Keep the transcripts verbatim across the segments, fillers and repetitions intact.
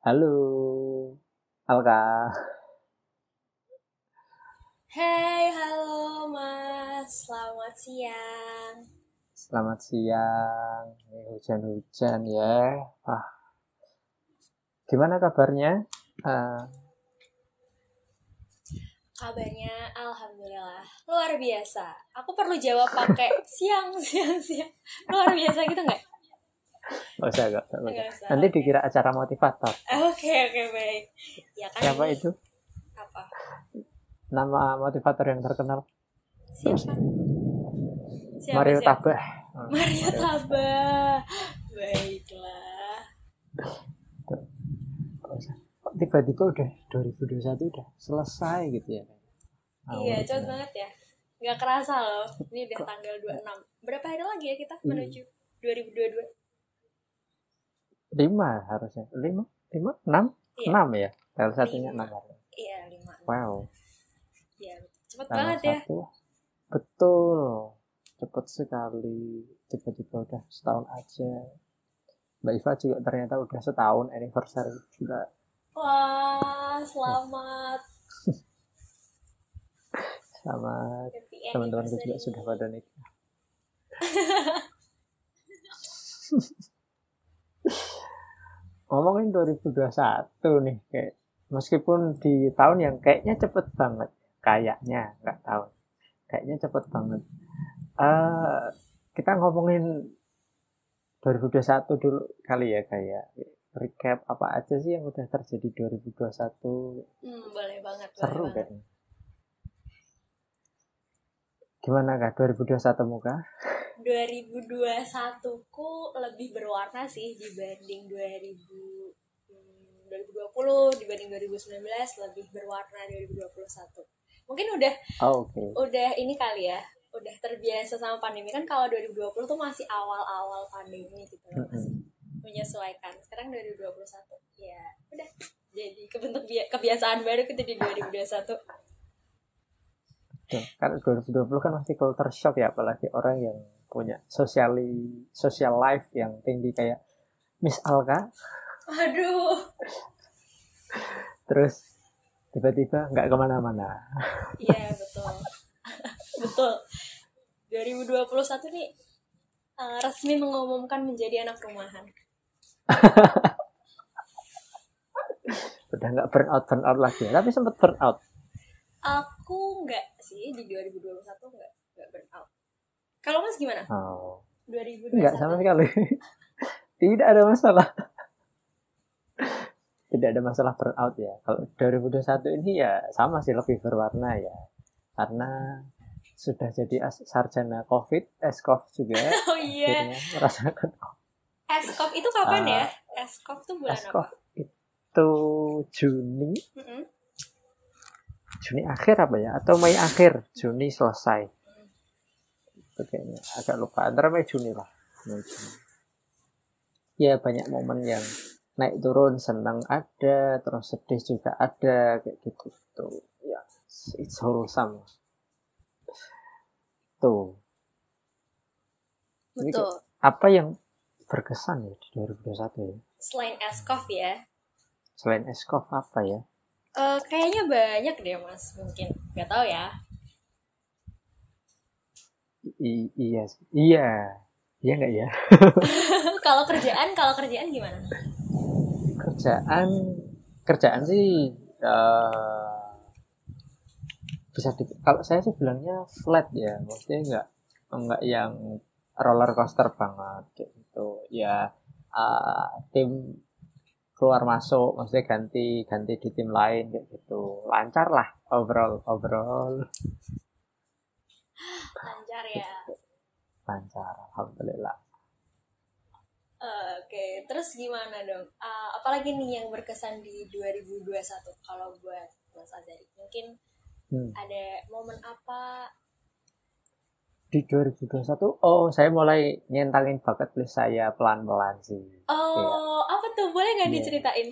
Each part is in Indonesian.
Halo, Alka. Hai, halo Mas. Selamat siang. Selamat siang. Ini hujan-hujan ya. Ah, gimana kabarnya? Ah, Kabarnya alhamdulillah luar biasa. Aku perlu jawab pakai siang, siang, siang. Luar biasa gitu nggak? nggak usah, nggak usah, nggak usah. Nggak usah. Nanti Oke, dikira acara motivator. oke, oke, baik. Ya kan Siapa ini itu? apa? Nama motivator yang terkenal? Siapa? Siapa Mario siapa? Tabah. Ah, Maria Mario. Tabah. Baiklah. Tuh, nggak usah. Kok tiba-tiba udah dua ribu dua puluh satu udah selesai gitu ya? Iya, Awal cepet banget. banget ya. Nggak kerasa loh. Ini udah Kok tanggal dua puluh enam. Berapa hari lagi ya kita hmm, menuju dua ribu dua puluh dua? lima harusnya? Lima? Lima? Enam? Iya, Enam ya? Salah satunya lima. enam hari. Iya, lima. Wow. Ya, cepet Tanggal banget ya. satu. Betul, cepat sekali. Tiba-tiba udah setahun aja. Mbak Iva juga ternyata udah setahun anniversary juga. Wah, Oh, selamat sama happy teman-temanku juga anniversary. sudah pada nikah. Ngomongin dua ribu dua puluh satu nih, kayak meskipun di tahun yang kayaknya cepet banget, kayaknya nggak tahu, kayaknya cepet banget. Eh kita ngomongin dua ribu dua puluh satu dulu kali ya, kayak recap apa aja sih yang udah terjadi dua ribu dua puluh satu. Hmm, boleh banget, boleh Seru banget. kayaknya. Gimana kah dua ribu dua puluh satu muka? dua ribu dua puluh satu ku lebih berwarna sih dibanding dua ribu, hmm, dua ribu dua puluh, dibanding dua ribu sembilan belas lebih berwarna dua ribu dua puluh satu. Mungkin udah Oh, oke. Okay. udah ini kali ya, udah terbiasa sama pandemi kan. Kalau dua ribu dua puluh tuh masih awal-awal pandemi gitu loh, masih menyesuaikan. Sekarang dua ribu dua puluh satu ya udah jadi kebentuk kebiasaan baru gitu di dua ribu dua puluh satu. Tuh, karena dua ribu dua puluh kan masih culture shock ya, apalagi orang yang punya socially, social life yang tinggi kayak Miss Alka. Aduh. Terus tiba-tiba nggak kemana-mana. Iya, betul. Betul. dua ribu dua puluh satu nih uh, resmi mengumumkan menjadi anak rumahan. Udah nggak burn out burn out lagi, tapi sempat burn out. Aku nggak sih di dua ribu dua puluh satu, nggak nggak burn out. Kalau Mas gimana? Oh, dua ribu dua puluh satu? nggak sama sekali. Tidak ada masalah. Tidak ada masalah burn out ya. Kalau dua ribu dua puluh satu ini ya sama sih, lebih berwarna ya. Karena sudah jadi sarjana COVID, eskov juga. Oh iya. Akhirnya merasakan. Eskov itu kapan uh, ya? Eskov tuh bulan eskov apa? Itu Juni. Mm-hmm. Juni akhir apa ya? Atau Mei akhir? Juni selesai. Itu kayaknya agak lupa. Antara Mei Juni lah. Mei Juni. Ya banyak momen yang naik turun, senang ada, terus sedih juga ada, kayak gitu. Tuh, ya, it's wholesome. Tuh. Betul. Apa yang berkesan ya di dua ribu dua puluh satu ya? Selain eskov ya? Selain eskov apa ya? Uh, kayaknya banyak deh Mas, mungkin nggak tahu ya. I- iya, iya, iya nggak ya? Kalau kerjaan, kalau kerjaan gimana? Kerjaan, kerjaan sih uh, bisa di, kalau saya sih bilangnya flat ya, maksudnya nggak nggak yang roller coaster banget gitu. Ya uh, tim keluar masuk, maksudnya ganti ganti di tim lain kayak gitu, lancar lah overall overall. Lancar ya. Lancar, alhamdulillah. Uh, Oke, okay. Terus gimana dong? Uh, apalagi nih yang berkesan di dua ribu dua puluh satu kalau buat Mas Azari? Mungkin hmm. ada momen apa? Di dua ribu dua puluh satu, oh saya mulai nyentangin bucket list saya pelan-pelan sih. Oh, ya. Apa tuh? Boleh nggak yeah. diceritain?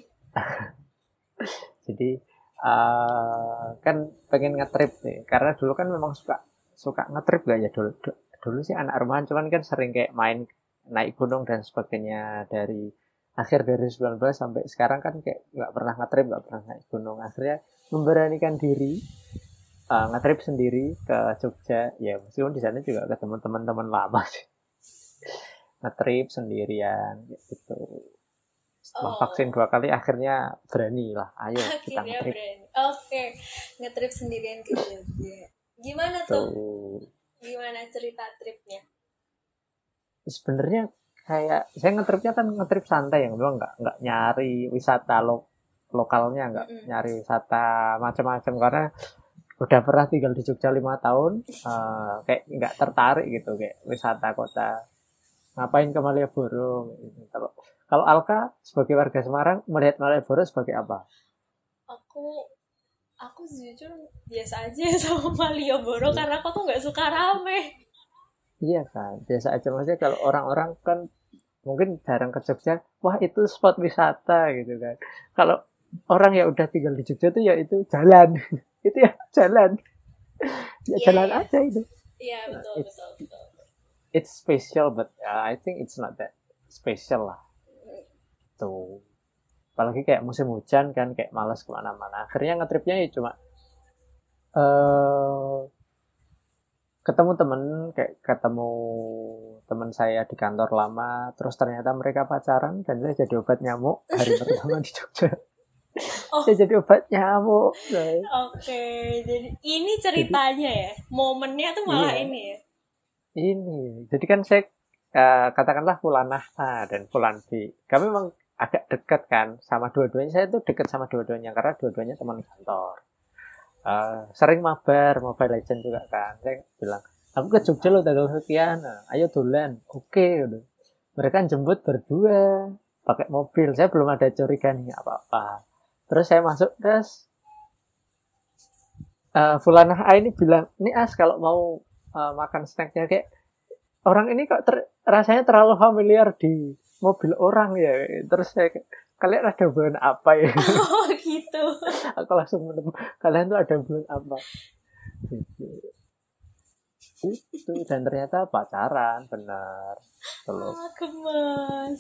Jadi uh, kan pengen ngetrip nih, karena dulu kan memang suka suka ngetrip gak ya dulu. Dulu sih anak rumahan, cuman kan sering kayak main naik gunung dan sebagainya dari akhir dua ribu sembilan belas sampai sekarang kan kayak nggak pernah ngetrip, nggak pernah naik gunung. Akhirnya memberanikan diri uh, ngetrip sendiri ke Jogja. Ya meskipun di sana juga ketemu teman-teman lama sih. Ngetrip sendirian gitu. Setelah Oh, vaksin dua kali akhirnya berani lah. Ayo kita akhirnya ngetrip. berani. Oke, ngetrip sendirian ke Jogja. Gimana tuh? Tuh. Gimana cerita tripnya? Sebenarnya kayak saya ngetripnya kan ngetrip santai ya, memang nggak nggak nyari wisata lo, lokalnya, nggak Mm-mm. nyari wisata macam-macam karena udah pernah tinggal di Jogja lima tahun, uh, kayak nggak tertarik gitu kayak wisata kota. Ngapain ke Malioboro? Kalau kalau Alka sebagai warga Semarang melihat Malioboro sebagai apa? Aku aku jujur biasa aja sama Malioboro karena aku tuh nggak suka rame. Iya kan, biasa aja maksudnya kalau orang-orang kan mungkin jarang ke Jogja, wah itu spot wisata gitu kan. Kalau orang yang udah tinggal di Jogja tuh ya itu jalan, itu ya jalan, ya Iya, jalan iya. aja itu. Iya, betul, It's betul, betul. it's special but uh, I think it's not that special lah. Tuh, apalagi kayak musim hujan kan kayak malas kemana-mana. Akhirnya ngetripnya ya cuma uh, ketemu temen, kayak ketemu teman saya di kantor lama, terus ternyata mereka pacaran dan saya jadi obat nyamuk hari pertama di Jogja. Oh, Saya jadi obat nyamuk. oke. Jadi ini ceritanya ya. Momennya tuh malah Iya, ini ya. ini. Jadi kan saya uh, katakanlah Fulan A dan Fulan B. Kami memang agak dekat kan sama dua-duanya. Saya tuh dekat sama dua-duanya karena dua-duanya teman kantor. Uh, sering mabar Mobile Legends juga kan. Saya bilang, aku ke Jogja loh tanggal sekian, nah, ayo dolan. Oke, okay. Mereka jemput berdua pakai mobil. Saya belum ada curiga nih apa-apa. Terus saya masuk, terus uh, Fulanah A ini bilang, ini As kalau mau uh, makan snacknya kayak orang ini kok ter, rasanya terlalu familiar di mobil orang ya. Terus saya kalian ada hubungan apa ya? Oh gitu. Aku langsung menemukan kalian tuh ada hubungan apa? Gitu. Itu dan ternyata pacaran benar. Terus Ah, gemes.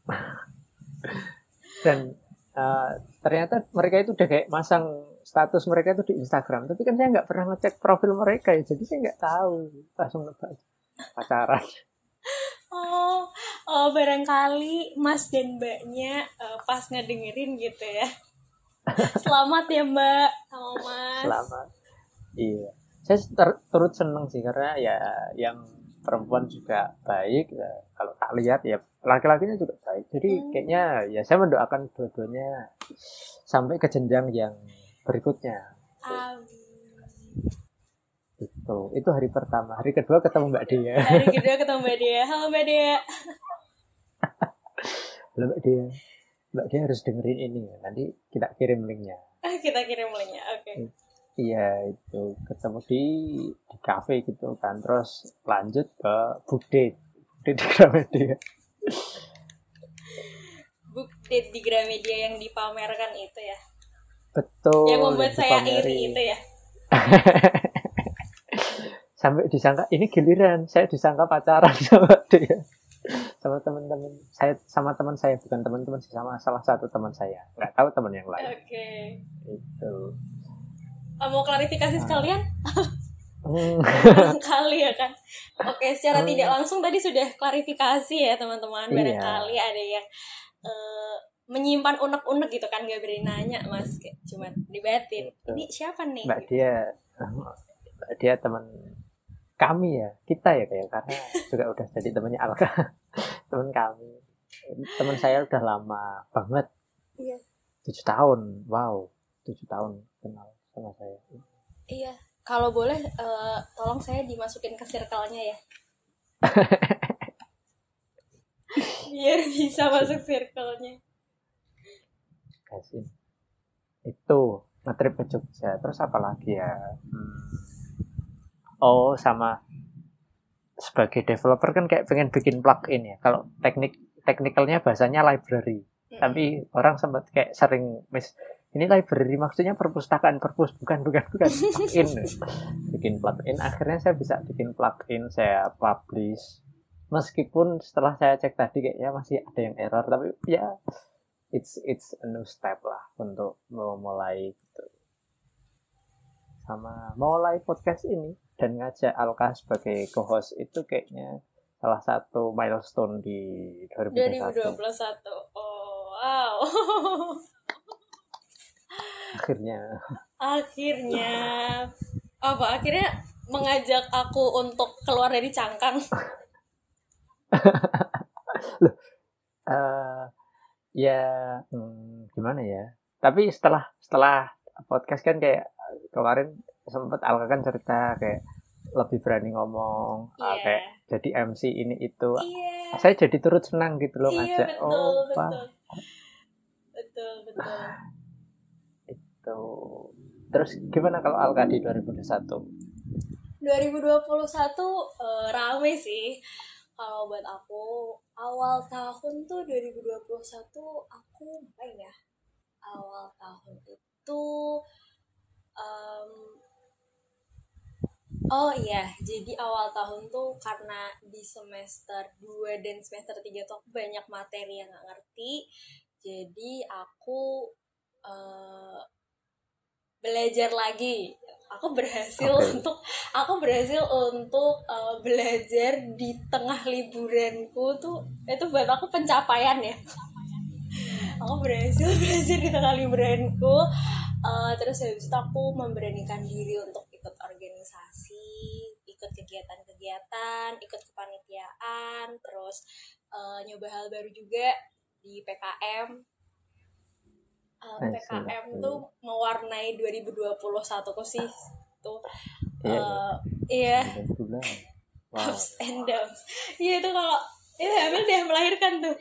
dan uh, ternyata mereka itu udah kayak masang status mereka itu di Instagram. Tapi kan saya nggak pernah ngecek profil mereka ya, jadi saya nggak tahu. Langsung nebak pacaran. Oh, oh barangkali Mas dan Mbaknya uh, pas ngedengerin gitu ya. Selamat ya Mbak sama Mas. Selamat. Iya. Saya ter- turut seneng sih karena ya yang perempuan juga baik ya. Kalau tak lihat ya laki-lakinya juga baik. Jadi hmm. kayaknya ya saya mendoakan dua-duanya sampai ke jenjang yang berikutnya. Amin. Itu itu hari pertama. Hari kedua ketemu Mbak Dea. Hari kedua ketemu Mbak Dea. Halo Mbak Dea. Halo Mbak Dea. Mbak Dea harus dengerin ini. Nanti kita kirim linknya. Kita kirim linknya. Oke. Okay. Iya itu ketemu di di kafe gitu kan, terus lanjut ke Bukdate di Gramedia. Bukdate di Gramedia yang dipamerkan itu ya. Betul. Yang membuat yang saya iri itu ya. Sampai disangka ini giliran saya disangka pacaran sama dia, sama teman-teman saya, sama teman saya bukan teman-teman sama salah satu teman saya, nggak tahu teman yang lain. Oke. Okay. Itu. Mau klarifikasi sekalian? Hmm. Kali ya kan. Oke, secara hmm. tidak langsung tadi sudah klarifikasi ya teman-teman. Barangkali iya. ada yang uh, menyimpan unek-unek gitu kan, gak berani nanya Mas, kayak cuma dibatin. Ini siapa nih? Mbak dia, Mbak dia teman kami ya, kita ya kayak karena juga udah jadi temannya Alka, teman kami. Teman saya udah lama banget. Iya. Tujuh tahun, wow, tujuh tahun kenal sama saya. Iya, kalau boleh uh, tolong saya dimasukin ke circle-nya ya. Biar bisa masuk circle-nya. Kasih. Itu ngetrip ke Jogja. Terus apa lagi ya? Hmm. Oh, sama sebagai developer kan kayak pengen bikin plugin ya. Kalau teknik teknikalnya bahasanya library. Mm-hmm. Tapi orang sempat kayak sering mis ini library maksudnya perpustakaan, perpus bukan bukan bukan plugin. Bikin plugin, akhirnya saya bisa bikin plugin, saya publish meskipun setelah saya cek tadi kayaknya masih ada yang error, tapi ya it's it's a new step lah untuk memulai gitu. Sama mulai podcast ini dan ngajak Alka sebagai co-host itu kayaknya salah satu milestone di dua ribu dua puluh satu. dua ribu dua puluh satu. Oh, wow. Akhirnya. Akhirnya. Apa? Akhirnya mengajak aku untuk keluar dari cangkang. Loh, uh, ya hmm, gimana ya? Tapi setelah setelah podcast kan kayak kemarin sempat Alka kan cerita kayak lebih berani ngomong, yeah. uh, kayak jadi M C ini itu. Yeah. Saya jadi turut senang gitu loh yeah, ngajak. Betul, oh, betul. Pak. Betul, betul. Itu. Terus gimana kalau Alka di dua ribu dua puluh satu? dua ribu dua puluh satu uh, rame sih. Kalau buat aku awal tahun tuh dua ribu dua puluh satu aku ngapain ya? Awal tahun itu um, oh iya, jadi awal tahun tuh karena di semester dua dan semester tiga tuh banyak materi yang gak ngerti. Jadi aku uh, belajar lagi. Aku berhasil okay. untuk aku berhasil untuk uh, belajar di tengah liburanku tuh, itu buat aku pencapaian ya. Aku berhasil belajar di tengah liburanku. Uh, terus habis itu aku memberanikan diri untuk ikut organisasi, ikut kegiatan-kegiatan, ikut kepanitiaan, terus uh, nyoba hal baru juga di P K M. Uh, P K M tuh mewarnai dua ribu dua puluh satu ku sih tuh. Uh, iya. Wow. Ups and downs. Iya itu kalau itu hamil dia melahirkan tuh.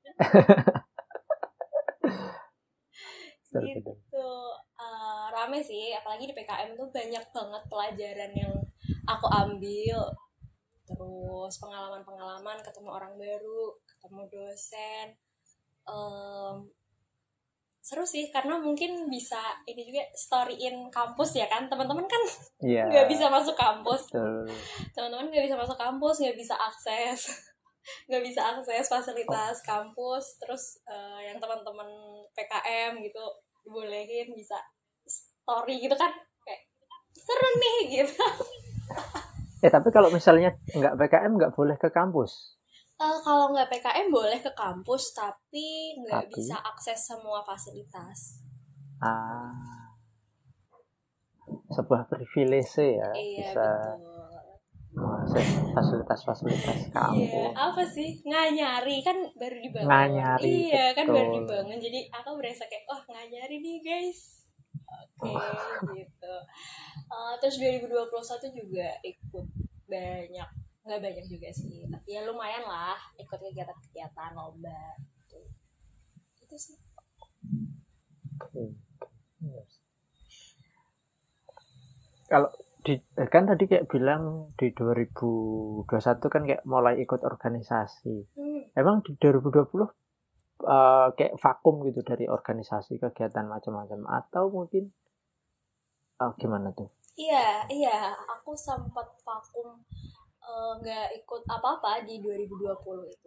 Gitu. Uh, rame sih, apalagi di P K M tuh banyak banget pelajaran yang aku ambil. Terus pengalaman-pengalaman, ketemu orang baru, ketemu dosen. Um, seru sih karena mungkin bisa ini juga storyin kampus ya kan, teman-teman kan yeah. nggak bisa masuk kampus. Betul. Teman-teman nggak bisa masuk kampus, nggak bisa akses nggak bisa akses fasilitas oh. kampus. Terus uh, yang teman-teman P K M gitu dibolehin bisa story gitu kan, kayak seru nih gitu. Ya tapi kalau misalnya nggak P K M nggak boleh ke kampus. Uh, kalau nggak P K M boleh ke kampus, tapi nggak tapi... bisa akses semua fasilitas. Ah, sebuah privilege ya, iya, bisa betul. mengakses fasilitas-fasilitas kampus. Iya, apa sih? Nganyari kan baru dibangun. Nganyari. Iya, betul. kan baru dibangun. Jadi aku berasa kayak, wah nganyari nih guys. Oke, okay, gitu. Uh, terus dua ribu dua puluh satu juga ikut banyak. Nggak banyak juga sih, tapi ya lumayan lah ikut kegiatan-kegiatan lomba gitu. Itu sih. Okay. Yes. Kalau di kan tadi kayak bilang di dua ribu dua puluh satu kan kayak mulai ikut organisasi. Hmm. Emang di dua ribu dua puluh uh, kayak vakum gitu dari organisasi, kegiatan macam-macam, atau mungkin uh, gimana tuh? Iya, iya, aku sempat vakum. Nggak uh, ikut apa-apa di dua ribu dua puluh itu.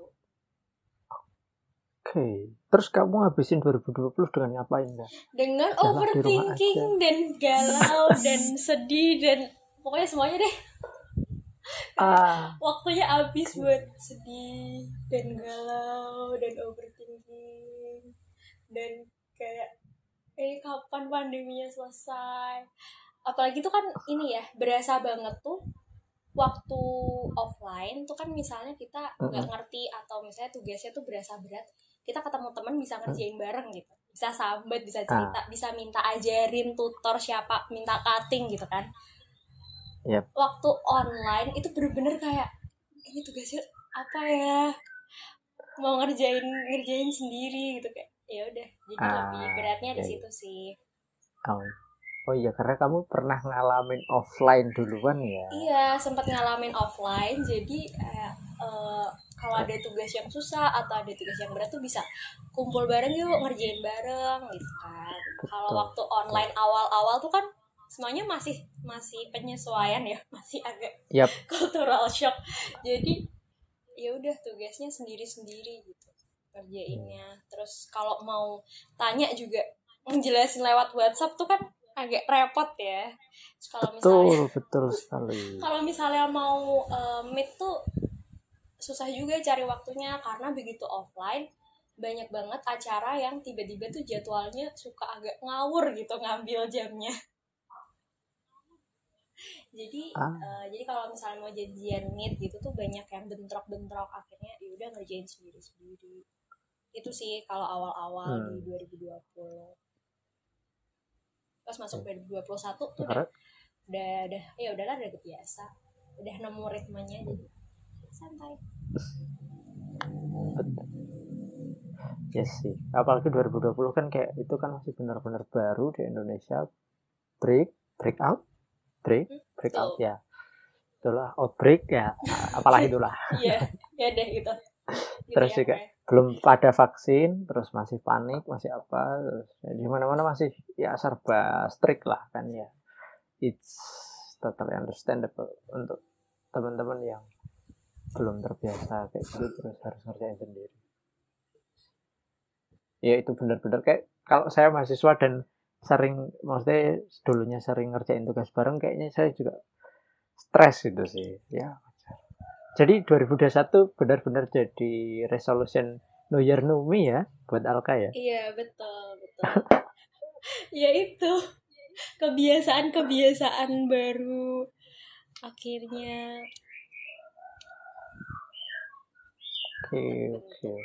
Oke, okay. Terus kamu habisin dua ribu dua puluh dengan ngapain dah? Dengan Jalan overthinking dan galau dan sedih dan pokoknya semuanya deh. Ah. Waktunya habis buat sedih dan galau dan overthinking dan kayak eh kapan pandeminya selesai? Apalagi tuh kan ini ya berasa banget tuh. Waktu offline tuh kan misalnya kita nggak uh-huh. ngerti atau misalnya tugasnya tuh berasa berat, kita ketemu teman bisa ngerjain bareng gitu, bisa sambat, bisa cerita, uh. bisa minta ajarin tutor siapa, minta cutting gitu kan. Yep. Waktu online itu bener-bener kayak ini tugasnya apa ya, mau ngerjain ngerjain sendiri gitu kayak ya udah jadi uh, lebih beratnya di situ sih. Oh. Oh iya, karena kamu pernah ngalamin offline duluan ya? Iya, sempat ngalamin offline. Jadi kayak uh, kalau ada tugas yang susah atau ada tugas yang berat tuh bisa kumpul bareng yuk, ngerjain bareng gitu kan. Kalau waktu online awal-awal tuh kan semuanya masih masih penyesuaian ya, masih agak yep. cultural shock. Jadi ya udah tugasnya sendiri-sendiri gitu kerjainnya. Terus kalau mau tanya juga ngejelasin lewat WhatsApp tuh kan agak repot ya. Terus kalau misalnya Betul, betul sekali. kalau misalnya mau uh, meet tuh susah juga cari waktunya karena begitu offline banyak banget acara yang tiba-tiba tuh jadwalnya suka agak ngawur gitu ngambil jamnya. Jadi Ah, uh, jadi kalau misalnya mau janjian meet gitu tuh banyak yang bentrok-bentrok, akhirnya ya udah ngerjain sendiri-sendiri. Itu sih kalau awal-awal di hmm. dua ribu dua puluh. Pas masuk dua ribu dua puluh satu tuh udah Karena udah udah ya udahlah udah biasa. Udah nemu ritmenya jadi santai. ya sih, apalagi dua ribu dua puluh kan kayak itu kan masih benar-benar baru di Indonesia. Break, break out, break, break out Tuh. ya. Itulah outbreak ya, apalah itulah. Iya, ya deh gitu. Gitu Terus ya, juga Bray. belum ada vaksin, terus masih panik, masih apa, terus ya, di mana-mana masih ya serba strict lah kan ya. It's totally understandable untuk teman-teman yang belum terbiasa kayak gitu terus harus ngerjain sendiri. Ya itu benar-benar kayak kalau saya mahasiswa dan sering, maksudnya dulunya sering ngerjain tugas bareng, kayaknya saya juga stres gitu sih ya. Jadi dua ribu dua puluh satu benar-benar jadi resolution New Year New Me ya buat Alka ya. Iya betul betul. Ya itu kebiasaan-kebiasaan baru akhirnya. Oke oke.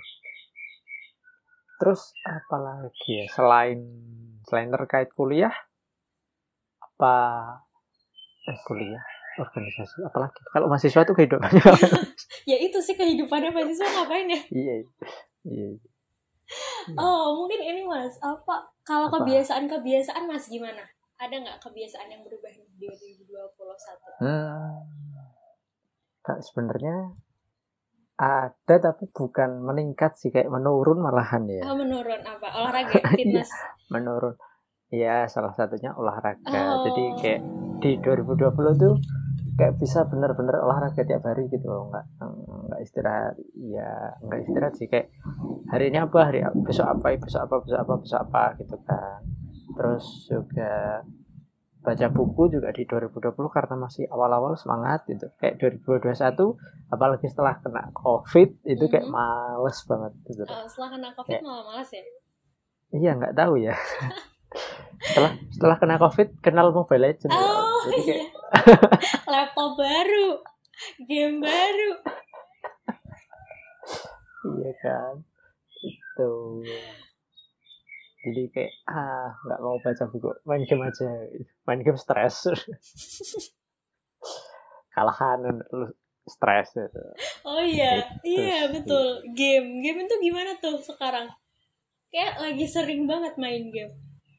Terus apa lagi ya selain selain terkait kuliah, apa eh kuliah organisasi apalagi kalau mahasiswa tuh kehidupannya. Ya itu sih kehidupannya mahasiswa ngapain ya. Iya iya. Oh mungkin ini Mas, apa kalau Apa? kebiasaan-kebiasaan Mas gimana? Ada nggak kebiasaan yang berubah di dua ribu dua puluh satu? Hmm, Kak, sebenarnya ada tapi bukan meningkat sih, kayak menurun malahan ya. Oh menurun apa? Olahraga, fitness? Menurun. Ya salah satunya olahraga. Oh. Jadi kayak di dua ribu dua puluh tuh kayak bisa bener-bener olahraga tiap hari gitu loh, nggak nggak istirahat. Ya nggak istirahat sih, kayak hari ini apa, hari besok apa, besok apa, besok apa, besok apa gitu kan. Terus juga baca buku juga di dua ribu dua puluh karena masih awal-awal semangat gitu. Kayak dua ribu dua puluh satu apalagi setelah kena COVID itu kayak Mm-hmm. males banget gitu. Uh, setelah kena COVID kayak, malah malas ya? Iya nggak tahu ya. setelah setelah kena COVID kenal Mobile Legends. Oh jadi iya. kayak laptop baru, game baru. Iya kan, itu. Jadi kayak ah nggak mau baca buku, main game aja. Main game stres. Kalahan lu stres gitu. Oh iya, Itu iya sih. betul. Game, game itu gimana tuh sekarang? Kayak lagi sering banget main game.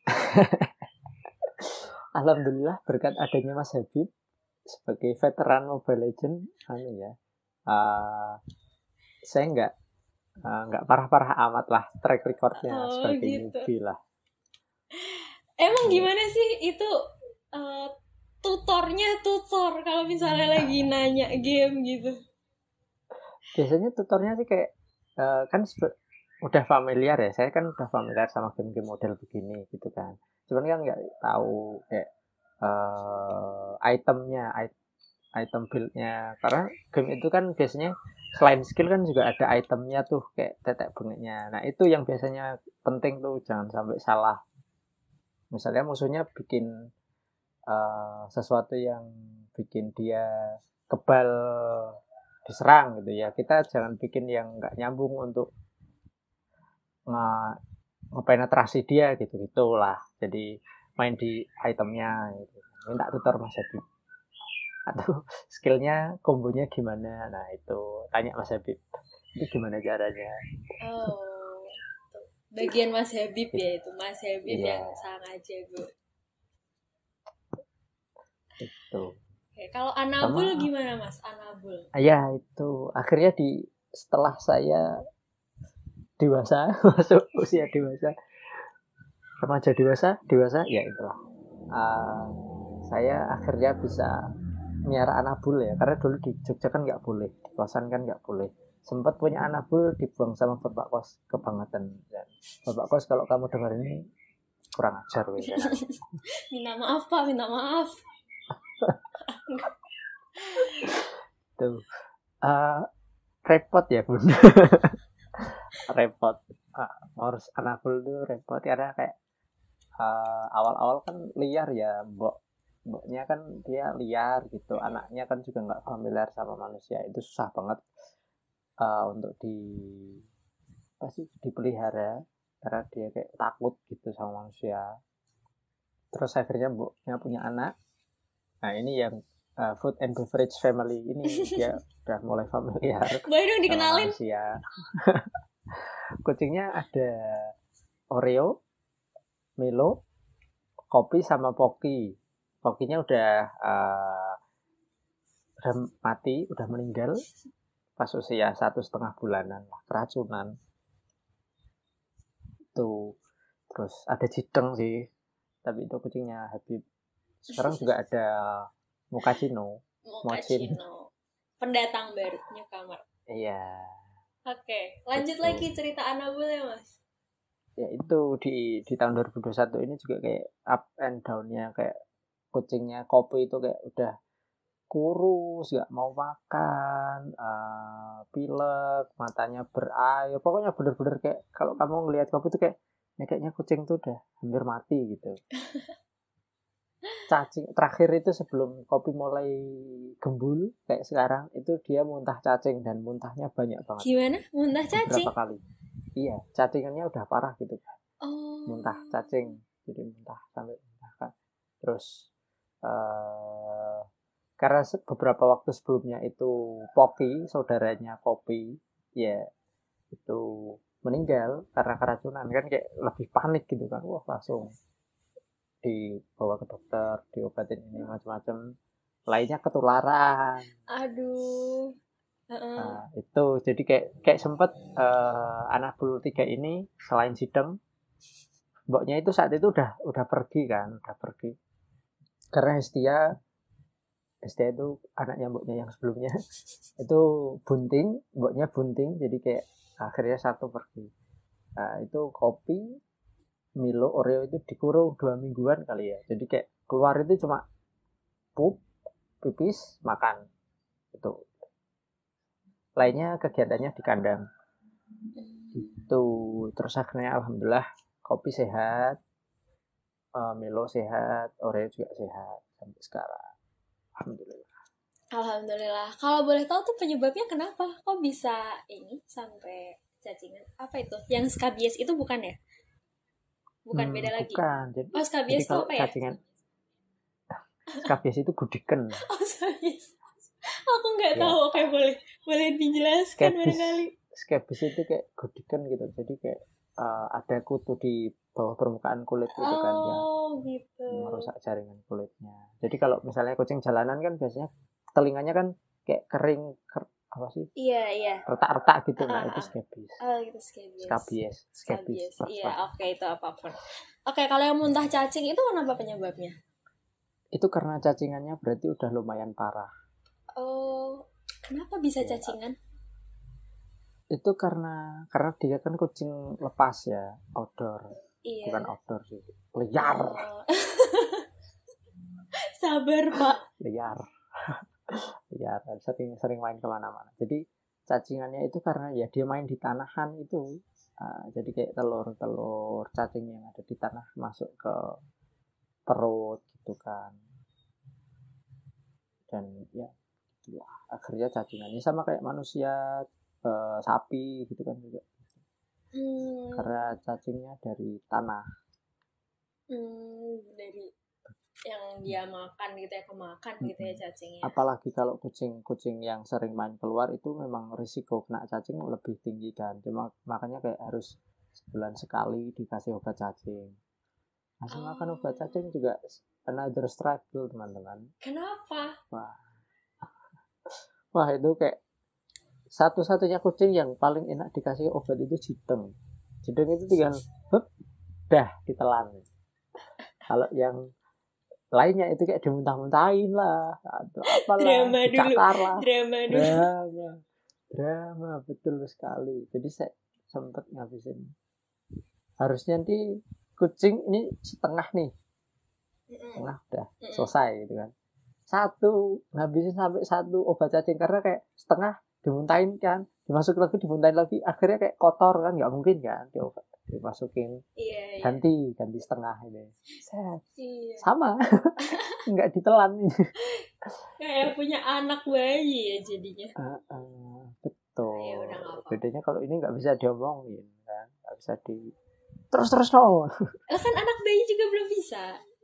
Alhamdulillah berkat adanya Mas Habib sebagai veteran Mobile Legends, anu ya, uh, saya nggak uh, nggak parah-parah amat lah track recordnya Oh, sebagai gitu. newbie lah. Emang gimana sih itu uh, tutornya tutor kalau misalnya lagi nanya game gitu? Biasanya tutornya sih kayak uh, kan sebe- udah familiar ya, saya kan udah familiar sama game-game model begini gitu kan. Cuman kan nggak tahu kayak uh, itemnya, item build-nya, karena game itu kan biasanya selain skill kan juga ada itemnya tuh kayak tetek bengeknya. Nah itu yang biasanya penting tuh, jangan sampai salah. Misalnya musuhnya bikin uh, sesuatu yang bikin dia kebal diserang gitu ya, kita jangan bikin yang nggak nyambung untuk nge ngepenetrasi dia gitu gitulah. Jadi main di itemnya gitu. Minta tutor Mas Habib atau skillnya kombonya gimana, nah itu tanya Mas Habib itu gimana caranya. Oh, bagian Mas Habib ya itu, Mas Habib Iya. yang sangat jago. Itu. Oke, kalau Anabul Sama, gimana Mas? Anabul? ya itu akhirnya di setelah saya dewasa masuk usia dewasa, remaja dewasa dewasa ya itulah uh, saya akhirnya bisa miara anabul ya, karena dulu di Jogja kan nggak boleh, di kosan kan nggak boleh. Sempat punya anabul dibuang sama bapak kos, kebangetan. Dan bapak kos kalau kamu dengar ini kurang ajar weh. Minta maaf Pak, minta maaf. Tuh, uh, repot ya bun. Repot. Uh, harus anabul tuh repot karena kayak uh, awal-awal kan liar ya, mbok mboknya kan dia liar gitu, anaknya kan juga nggak familiar sama manusia, itu susah banget uh, untuk di apa sih dipelihara karena dia kayak takut gitu sama manusia. Terus akhirnya mboknya punya anak, nah ini yang uh, food and beverage family ini dia udah mulai familiar boleh dong dikenalin sama manusia. Kucingnya ada Oreo, Milo, Kopi sama Pocky. Pokinya udah uh, udah mati, udah meninggal pas usia satu setengah bulanan lah, keracunan. Tuh, terus ada Cideng sih, tapi itu kucingnya Habib. Sekarang juga ada Mukacino, Mukacino, pendatang baru, newcomer. Iya. Oke, lanjut Betul. lagi cerita Anabul ya mas. Ya itu di di tahun dua ribu dua puluh satu ini juga kayak up and down-nya, kayak kucingnya Kopi itu kayak udah kurus, gak mau makan, uh, pilek, matanya berair, pokoknya bener-bener kayak kalau kamu ngelihat Kopi itu kayak ya kayaknya kucing tuh udah hampir mati gitu. Cacing terakhir itu sebelum Kopi mulai gembul kayak sekarang itu dia muntah cacing dan muntahnya banyak banget. Gimana? Muntah cacing? Berapa kali? Iya, cacingannya udah parah gitu kan. Oh. Muntah cacing, jadi muntah sampai muntah kan. Terus uh, karena beberapa waktu sebelumnya itu Pocky, saudaranya Kopi, ya itu meninggal karena keracunan kan, kayak lebih panik gitu kan. Wah, langsung dibawa ke dokter, diobatin ini macam-macam. Lainnya ketularan. Aduh. Uh-uh. Nah, itu jadi kayak kayak sempet uh, Anabul tiga ini selain Cideng, mboknya itu saat itu udah udah pergi kan, udah pergi. Karena Hestia Hestia itu anaknya mboknya yang sebelumnya itu bunting, mboknya bunting, jadi kayak akhirnya satu pergi. Nah, itu Kopi, Milo, Oreo itu dikurung dua mingguan kali ya. Jadi kayak keluar itu cuma pup, pipis, makan. Itu. Lainnya kegiatannya di kandang. Itu terus akhirnya alhamdulillah Kopi sehat, uh, Milo sehat, Oreo juga sehat sampai sekarang. Alhamdulillah. Alhamdulillah. Kalau boleh tahu tuh penyebabnya kenapa? Kok bisa ini sampai cacingan? Apa itu? Yang skabies itu bukan ya? Bukan, hmm, beda lagi. Bukan. Jadi, oh, skabies itu apa ya? Cacingan. Skabies itu gudiken. Oh, skabies. Aku nggak ya. tahu. Oke, boleh. Boleh dijelaskan barangkali. Skabies itu kayak gudiken gitu. Jadi kayak uh, ada kutu di bawah permukaan kulit gitu oh, kan ya. Oh, gitu. Merusak jaringan kulitnya. Jadi kalau misalnya kucing jalanan kan biasanya telinganya kan kayak kering, ker, apa sih? Iya, iya. Retak-retak gitu. Uh, nah, uh, itu skabies. Oh, gitu skabies. Skabies. Skabies. Iya, oke, okay, itu apapun. Oke, okay, kalau yang muntah cacing itu kenapa penyebabnya? Itu karena cacingannya berarti udah lumayan parah. Oh, kenapa bisa ya. cacingan? Itu karena karena dia kan kucing lepas ya, outdoor. Iya. Bukan outdoor sih, liar. Oh. Sabar Pak. Liar, liar. Sering sering main kemana-mana. Jadi cacingannya itu karena ya dia main di tanahan itu. Uh, jadi kayak telur-telur cacing yang ada di tanah masuk ke perut gitu kan. Dan ya, ya akhirnya cacingannya sama kayak manusia, uh, sapi gitu kan juga. Hmm. Karena cacingnya dari tanah. Hmm, dari yang dia makan gitu ya, kemakan hmm. gitu ya cacingnya. Apalagi kalau kucing-kucing yang sering main keluar itu memang risiko kena cacing lebih tinggi kan. Cuma makanya kayak harus sebulan sekali dikasih obat cacing. Masih oh. makan obat cacing juga another struggle teman-teman. Kenapa? Wah, wah itu kayak satu-satunya kucing yang paling enak dikasih obat itu Cideng. Cideng itu tinggal, hup, dah ditelan. Kalau yang lainnya itu kayak dimuntah-muntahin lah atau apalah, Drama dulu. dicakar lah, Drama dulu. drama, drama betul sekali. Jadi saya sempat ngabisin. Harusnya nanti kucing ini setengah nih, setengah udah Mm-mm. selesai gitu kan. Satu ngabisin sampai satu obat cacing karena kayak setengah dimuntahin kan, dimasukin lagi dimuntahin lagi, akhirnya kayak kotor kan, nggak mungkin kan diobat dimasukin Iya, iya. ganti ganti setengah ini. Set. Iya. Sama nggak ditelan ini. Kayak punya anak bayi ya jadinya. Uh, uh, betul. Ya udah nggak apa-apa. Bedanya kalau ini nggak bisa diomongin kan, nggak bisa di terus terus no. Lah kan anak bayi juga belum bisa.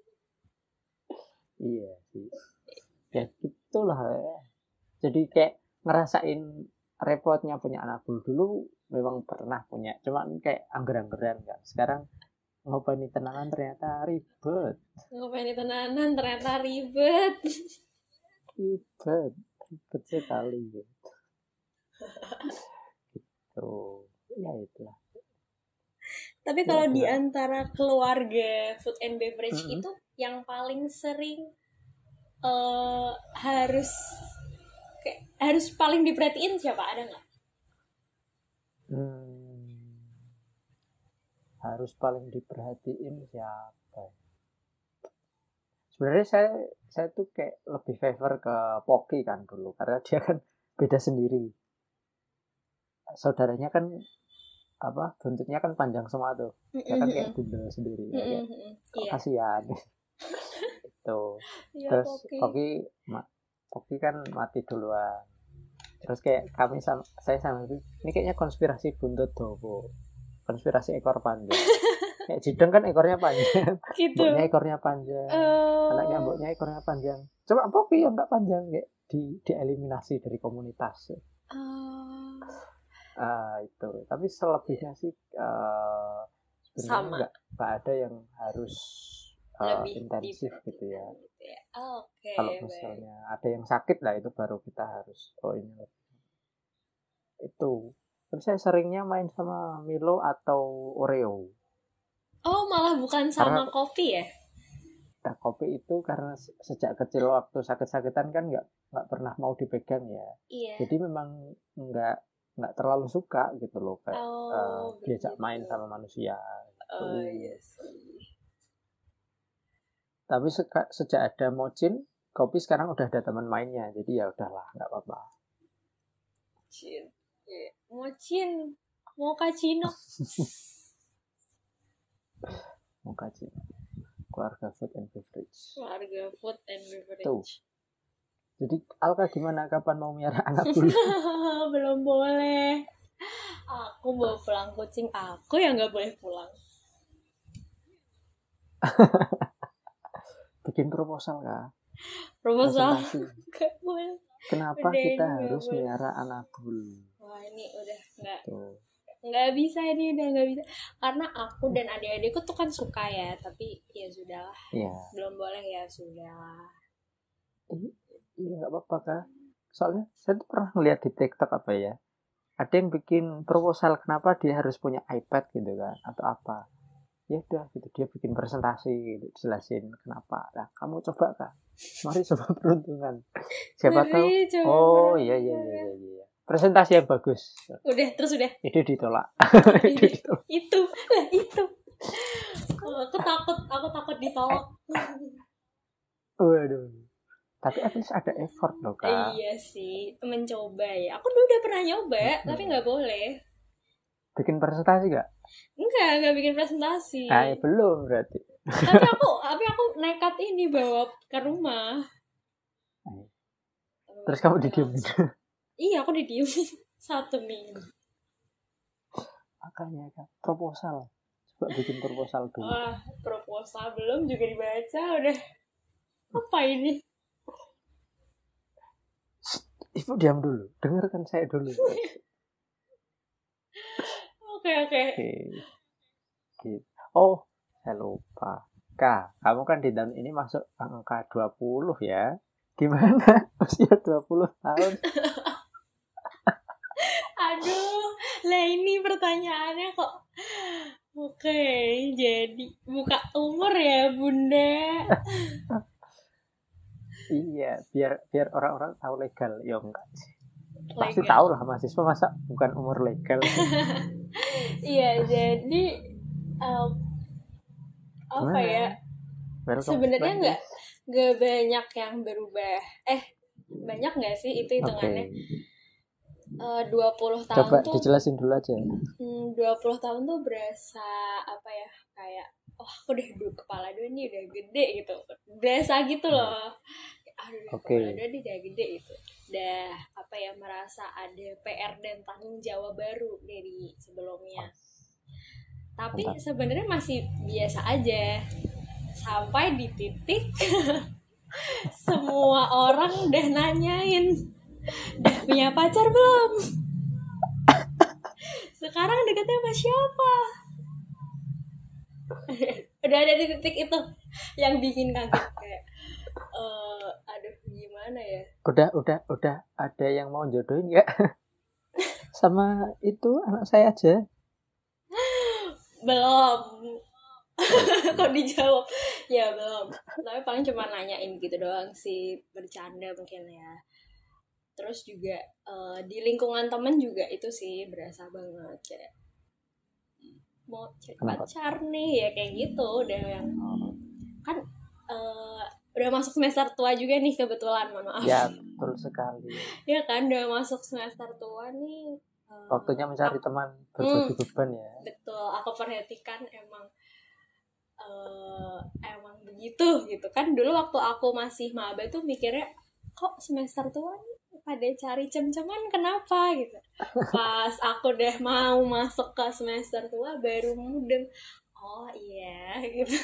Iya sih. Ya gitulah ya. Jadi kayak ngerasain repotnya punya anak bulu. Dulu memang pernah punya, cuman kayak angger-anggeran kan. Sekarang ngopeni tenanan ternyata ribet. Ngopeni tenanan ternyata ribet. Ribet, ribet sekali gitu. Gitu. Ya itulah. Tapi Ya, kalau di itulah. antara keluarga food and beverage Mm-mm. itu yang paling sering eh, harus kayak harus paling diperhatiin siapa, ada nggak? Hmm, harus paling diperhatiin siapa? Sebenarnya saya saya tuh kayak lebih favor ke Poki kan dulu karena dia kan beda sendiri. Saudaranya kan apa bentuknya kan panjang semua tuh. Dia kan kayak bundel sendiri. Ya, kayak, kok Iya. kasihan. Itu. Iya, Terus Poki. Poki ma- Poki kan mati duluan. Terus kayak kami sama saya sama itu ini kayaknya konspirasi buntut dobo. Konspirasi ekor panjang. Kayak Jideng kan ekornya panjang. Gitu. Mboknya ekornya panjang. Oh. Anaknya mboknya ekornya panjang. Coba Poki yang enggak panjang kayak di dieliminasi dari komunitas. Oh. Ah, itu. Tapi selebihnya sih uh, sebenarnya Sama. enggak enggak ada yang harus uh, Lebih intensif diperhatikan gitu ya. gitu ya. Oh, oke. Kalau baik. misalnya ada yang sakit lah itu baru kita harus oh ini itu. Tapi saya seringnya main sama Milo atau Oreo. Oh, malah bukan sama Karena- kopi ya? Nah, kopi itu karena se- sejak kecil waktu sakit-sakitan kan nggak nggak pernah mau dipegang ya. Iya. Jadi memang nggak nggak terlalu suka gitu loh kayak Oh, uh, diajak begitu. main sama manusia. Oh, Gitu. iya sih. Tapi seka- sejak ada Mocin, kopi sekarang udah ada teman mainnya. Jadi ya udahlah nggak apa-apa. Cin. Iya. Mocin. Mau kacino. Mau kaji keluarga food and beverage. Keluarga food and beverage. Tuh. Jadi Alka gimana kapan mau miara anak bulu? Belum boleh. Aku bawa pulang kucing. Aku yang nggak boleh pulang. Bikin proposal kah? Proposal. Presentasi. Nggak boleh. Kenapa Udah, kita nggak harus boleh. miara anak bulu? Wah, ini udah nggak Tuh. nggak bisa ini udah nggak bisa. Karena aku dan adik-adikku tuh kan suka ya, tapi ya sudahlah. Iya. Belum boleh ya sudah. Iya nggak apa-apa kah? Soalnya saya tuh pernah ngeliat di TikTok apa ya, ada yang bikin proposal kenapa dia harus punya iPad gitu kan atau apa. Ya udah gitu dia bikin presentasi gitu, jelasin kenapa. Nah kamu coba kah? Mari coba peruntungan. Siapa tahu. Mari coba Oh iya iya peruntungan. iya iya. Presentasi yang bagus. Udah terus udah Itu ditolak. Ini, itu lah itu. Oh, aku takut aku takut ditolak. Waduh. Tapi at least ada effort loh kak. Iya sih, mencoba ya. Aku dulu udah pernah nyoba, Hmm. tapi nggak boleh. Bikin presentasi nggak? Enggak, nggak bikin presentasi. Nah, ya belum berarti. tapi aku, tapi aku nekat ini bawa ke rumah. Terus kamu didiemin. Iya, aku didiemin satu minggu. Makanya kak, proposal. Coba bikin proposal dulu. Wah, proposal belum juga dibaca udah. Apa ini? Ibu diam dulu, dengarkan saya dulu. Oke, oke. Oke. Gitu. Oh, saya lupa. Kak, kamu kan di tahun ini masuk angka dua puluh ya. Gimana? Usia dua puluh tahun. Aduh, lah ini pertanyaannya kok. Oke, jadi buka umur ya, Bunda. Iya, biar biar orang-orang tahu legal. Ya enggak sih. Pasti Legal. tahu lah mahasiswa, masa bukan umur legal. Iya, jadi um, apa Gimana? ya? Welcome Sebenarnya to nggak nggak banyak yang berubah. Eh, banyak nggak sih itu Oke. hitungannya? Eh, dua puluh Coba tahun tuh dijelasin dulu aja. hmm, dua puluh tahun tuh berasa apa ya? Kayak oh, aku udah dua kepala dua nih udah gede gitu. Berasa gitu loh. Ah, udah Oke. kepala dua nih udah gede gitu. Udah apa ya, merasa ada P R dan tanggung jawab baru dari sebelumnya. Tapi Mantap. sebenarnya masih biasa aja. Sampai di titik semua orang udah nanyain, udah punya pacar belum? Sekarang deketnya sama siapa? Udah ada di titik itu yang bikin kaget kayak uh, aduh gimana ya. Udah udah udah ada yang mau jodohin nggak? Sama itu anak saya aja. Belum. Kok dijawab ya belum, tapi paling cuma nanyain gitu doang sih, bercanda mungkin ya. Terus juga uh, di lingkungan temen juga itu sih berasa banget kayak mau cari pacar nih ya kayak gitu. Udah yang kan uh, udah masuk semester tua juga nih kebetulan, mohon maaf ya. Betul sekali ya kan, udah masuk semester tua nih, uh, waktunya mencari aku, teman berbagi hmm, beban ya. Betul, aku perhatikan emang uh, emang begitu gitu kan. Dulu waktu aku masih maba tuh mikirnya kok semester tua nih pada cari cem-ceman kenapa gitu. Pas aku udah mau masuk ke semester tua baru mudeng, oh iya gitu.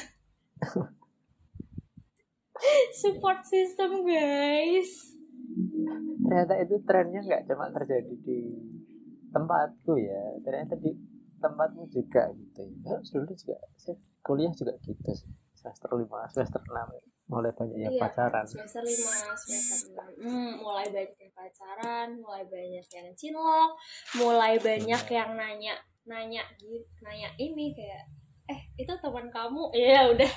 Support system guys. Ternyata itu trennya nggak cuma terjadi di tempatku ya, ternyata di tempatmu juga gitu ya. Dulu juga saya kuliah juga gitu sih, semester lima, semester enam mulai banyak yang iya, pacaran. Semester lima, semester enam hmm, mulai banyak yang pacaran, mulai banyak yang cinlok, mulai banyak hmm. yang nanya nanya gitu, nanya ini kayak eh itu teman kamu ya udah.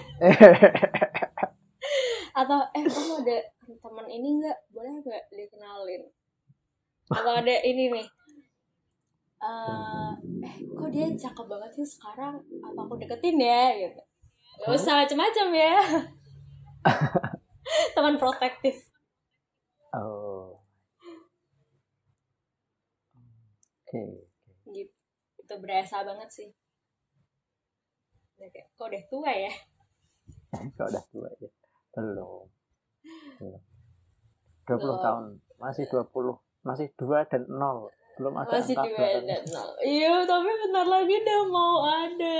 Atau eh kamu ada teman ini nggak, boleh nggak dikenalin. Atau ada ini nih, uh, eh kok dia cakep banget sih sekarang, apa aku deketin ya gitu. Gak usah macam-macam ya. Teman protektif. Oh. Oke. Okay. Gitu. Itu berasa banget sih. Kayak, kok udah tua ya? Kok udah tua ya? Belum. Belum. dua puluh Belum. Tahun. Masih dua puluh. Masih dua dan nol. Belum ada Masih dua dan nol. Iya, tapi bentar lagi udah mau ada.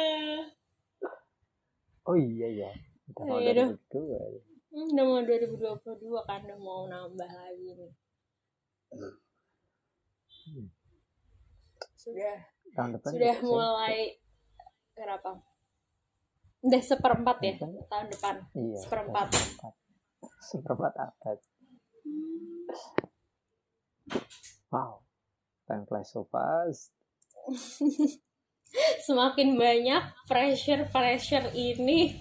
Oh iya ya. Udah mau dua ribu dua puluh dua ya. Hmm, udah mau dua ribu dua puluh dua kan, udah mau nambah lagi nih. Hmm. Sudah. Tahun depan sudah mulai berapa? Udah seperempat ya depan? Tahun depan. Iya. Seperempat. Seperempat, seperempat abad. Wow. Time flies so fast. Semakin banyak pressure-pressure ini.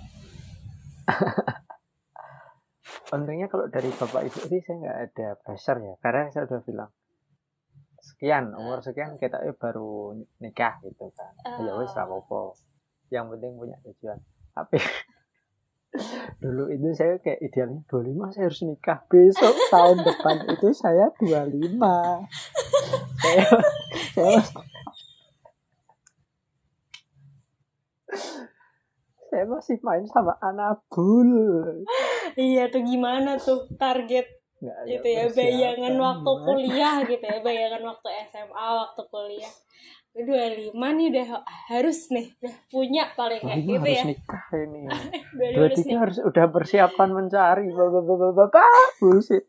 Untungnya kalau dari bapak ibu ini saya nggak ada pressure ya, karena saya udah bilang sekian umur sekian kita baru nikah gitu kan. Uh. Ya wes apa-apa. Yang penting punya tujuan. Tapi dulu itu saya kayak idealnya dua puluh lima saya harus nikah, besok tahun depan itu saya dua puluh lima. saya saya saya masih main sama Anabul. Iya tuh gimana tuh target nggak gitu ya, bayangan waktu gimana? Kuliah gitu ya, bayangan waktu S M A, waktu kuliah dua puluh lima nih udah harus nih udah punya paling kayak gitu harus ya. Nikah ini. dua puluh tiga harus udah persiapan mencari bapak-bapak bullshit.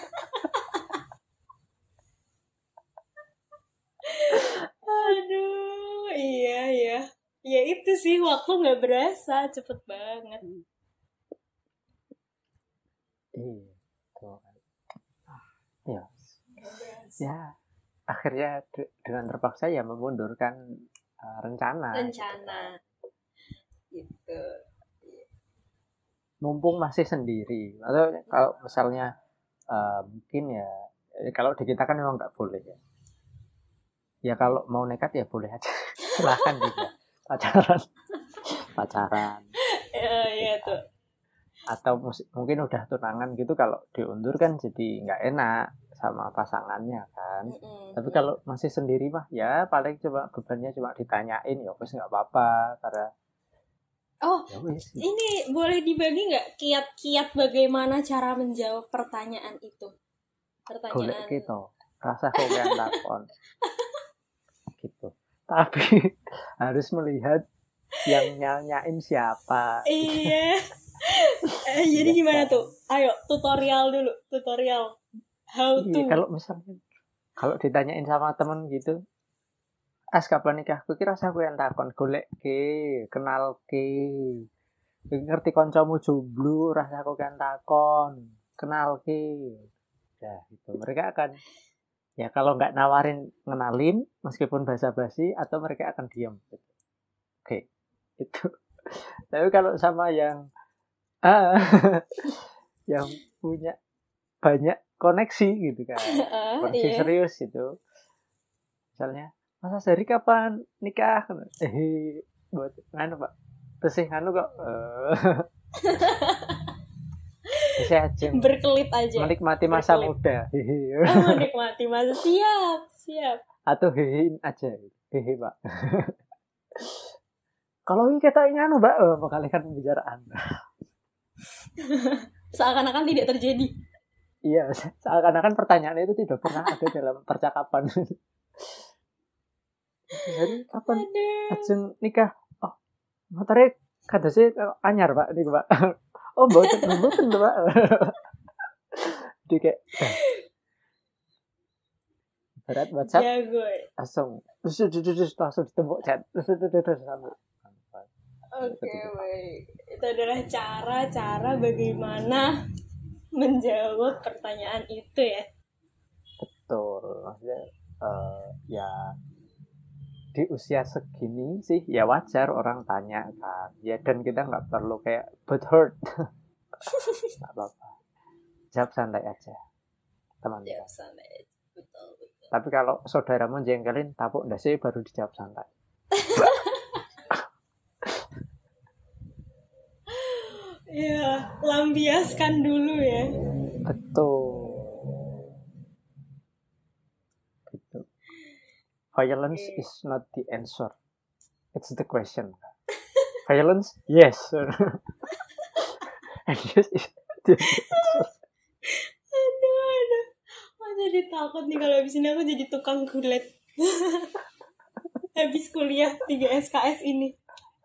Aduh, iya ya. Ya itu sih, waktu nggak berasa, cepet banget. Iya, tuh. Ya, ya. Akhirnya dengan terpaksa ya memundurkan uh, rencana. Rencana, gitu. mumpung masih sendiri atau kalau misalnya uh, mungkin ya kalau di kita kan memang nggak boleh ya. Ya kalau mau nekat ya boleh aja. Silahkan juga pacaran. Pacaran. Iya, iya tuh. Atau mungkin udah tunangan gitu kalau diundur kan jadi nggak enak sama pasangannya kan. Mm-hmm. Tapi kalau masih sendiri mah ya paling cuma bebannya cuma ditanyain ya wis nggak apa-apa karena oh ya wis. Ini boleh dibagi nggak kiat-kiat bagaimana cara menjawab pertanyaan itu? Pertanyaan. Golek gitu. Rasa kok yang takon. Gitu. Tapi harus melihat yang nyanyain siapa. Iya. eh, jadi gimana tuh? Ayo tutorial dulu, tutorial how to. Iya, kalau misalnya kalau ditanyain sama temen gitu, as kapan nikah? Aku kira aku yang takon, golek ke, kenal ke, ngerti koncomu jomblo, rasa aku yang takon, kenal ke. Ya itu mereka akan ya kalau nggak nawarin ngenalin meskipun basa-basi atau mereka akan diam. Gitu. Oke, itu. Tapi kalau sama yang ah, yang punya banyak koneksi gitu kan, uh, koneksi yeah. serius itu, misalnya masa dari kapan nikah? Eh, buat nganu pak, terus nganu kok, saya aja berkelit aja, menikmati masa berkelit. Muda, oh, menikmati masa siap, siap, atau hehein aja, hehe pak. Kalau ini kita nganu mbak, oh, mengalihkan pembicaraan. Seakan-akan tidak terjadi. Iya, seakan-akan pertanyaan itu tidak pernah ada dalam percakapan. Jadi kapan ajeng nikah? Oh, materi kada sih anyar pak nih pak. Oh mboten mboten pak. Jadi kayak berat WhatsApp. Jago. Langsung langsung ditembok chat. Oke, baik. Itu adalah cara-cara bagaimana menjawab pertanyaan itu ya. Betul. Maksudnya uh, ya di usia segini sih ya wajar orang tanya kan. Ya dan kita nggak perlu kayak but hurt. Nggak apa-apa. Jawab santai aja. Teman. Jawab santai aja. Betul, betul. Tapi kalau saudaramu jengkelin tapuk ndase baru dijawab santai. Ya, lampiaskan dulu ya. Betul. Gitu. Violence okay. is not the answer. It's the question. Violence, yes. And yes is the answer. Aduh, aduh. Oh, jadi takut nih kalau habis ini aku jadi tukang kulit. Habis kuliah tiga S K S ini.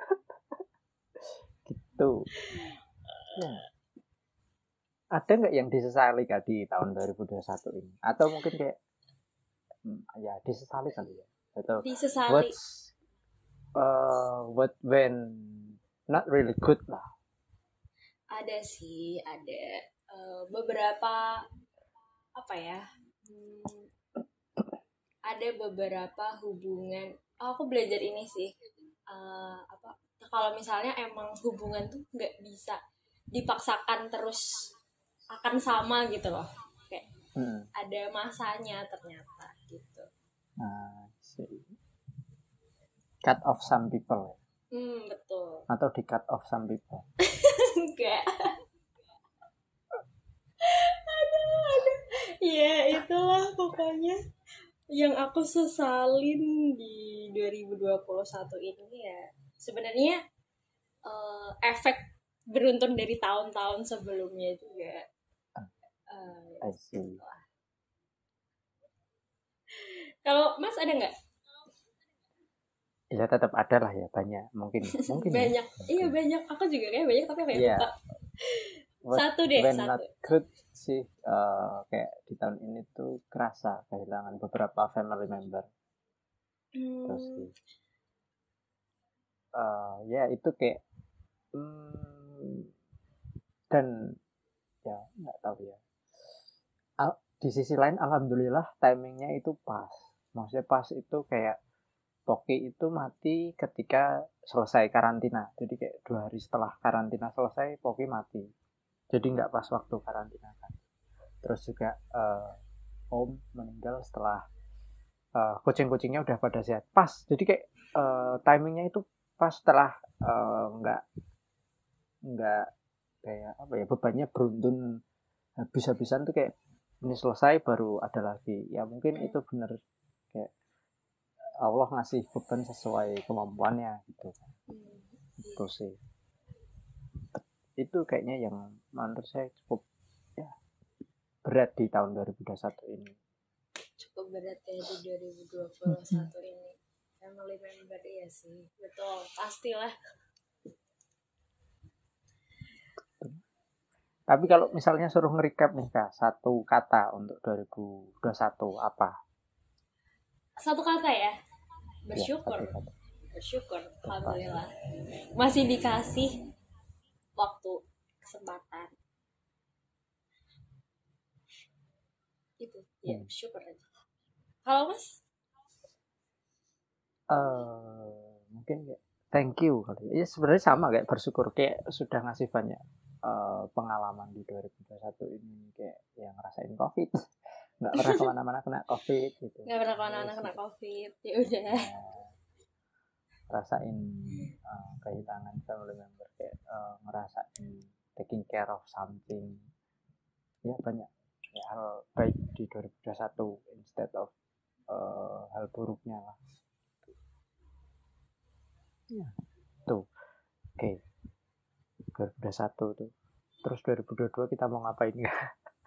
Gitu. Ya. Ada nggak yang disesali Kak di tahun dua ribu dua puluh satu ini? Atau mungkin kayak hmm, ya disesali kali ya? Atau disesali. What's uh, what when not really good lah? Ada sih, ada uh, beberapa apa ya? Hmm, ada beberapa hubungan. Oh, aku belajar ini sih. Uh, apa? Kalau misalnya emang hubungan tuh nggak bisa dipaksakan terus akan sama gitu loh, kayak hmm. ada masanya ternyata gitu. Nah, see. Cut off some people. Hmm, betul. Atau di cut off some people. Enggak. aduh, aduh. Ya itulah pokoknya yang aku sesalin di dua ribu dua puluh satu ini ya. Sebenarnya uh, efek beruntun dari tahun-tahun sebelumnya juga. Uh, I see. Kalau Mas ada nggak? Ya tetap ada lah ya, banyak mungkin mungkin banyak ya. Iya banyak, aku juga kayak banyak tapi kayak yeah. lupa. Satu deh when satu. Not good sih uh, kayak di tahun ini tuh kerasa kehilangan beberapa family member. Hmm. Terus sih uh, ya itu kayak hmm, dan ya nggak tahu ya. Di sisi lain alhamdulillah timingnya itu pas, maksudnya pas itu kayak Poki itu mati ketika selesai karantina. Jadi kayak dua hari setelah karantina selesai, Poki mati. Jadi nggak pas waktu karantina kan. Terus juga uh, Om meninggal setelah uh, kucing-kucingnya udah pada sehat. Pas. Jadi kayak uh, timingnya itu pas setelah uh, nggak nggak kayak apa ya, bebannya beruntun habis-habisan tuh kayak ini selesai baru ada lagi. Ya mungkin itu benar kayak Allah ngasih beban sesuai kemampuannya gitu. Itu sih. Itu kayaknya yang menurut saya cukup ya berat di tahun dua ribu dua puluh satu ini. Cukup berat ya di dua ribu dua puluh satu ini. Family member ya sih. Betul, pastilah. Tapi kalau misalnya suruh nge-recap nih Kak, satu kata untuk dua ribu dua puluh satu apa? Satu kata ya? Bersyukur. Ya, kata. Bersyukur, alhamdulillah. Masih dikasih waktu, kesempatan. Itu, ya hmm. Bersyukur aja. Kalau Mas? Uh, mungkin kayak thank you kali. Ya sebenarnya sama kayak bersyukur, kayak sudah ngasih banyak Uh, pengalaman di dua ribu dua puluh satu ini, kayak yang ngerasain COVID, nggak pernah kemana-mana kena COVID gitu, nggak pernah kemana-mana kena COVID, ya udah. Nah, rasain uh, kehilangan family member, kayak uh, ngerasain taking care of something, ya banyak ya, hal baik di dua ribu dua puluh satu instead of uh, hal buruknya lah. Ya, tuh, oke. Okay. dua ribu dua puluh satu tuh. Terus dua ribu dua puluh dua kita mau ngapain nggak?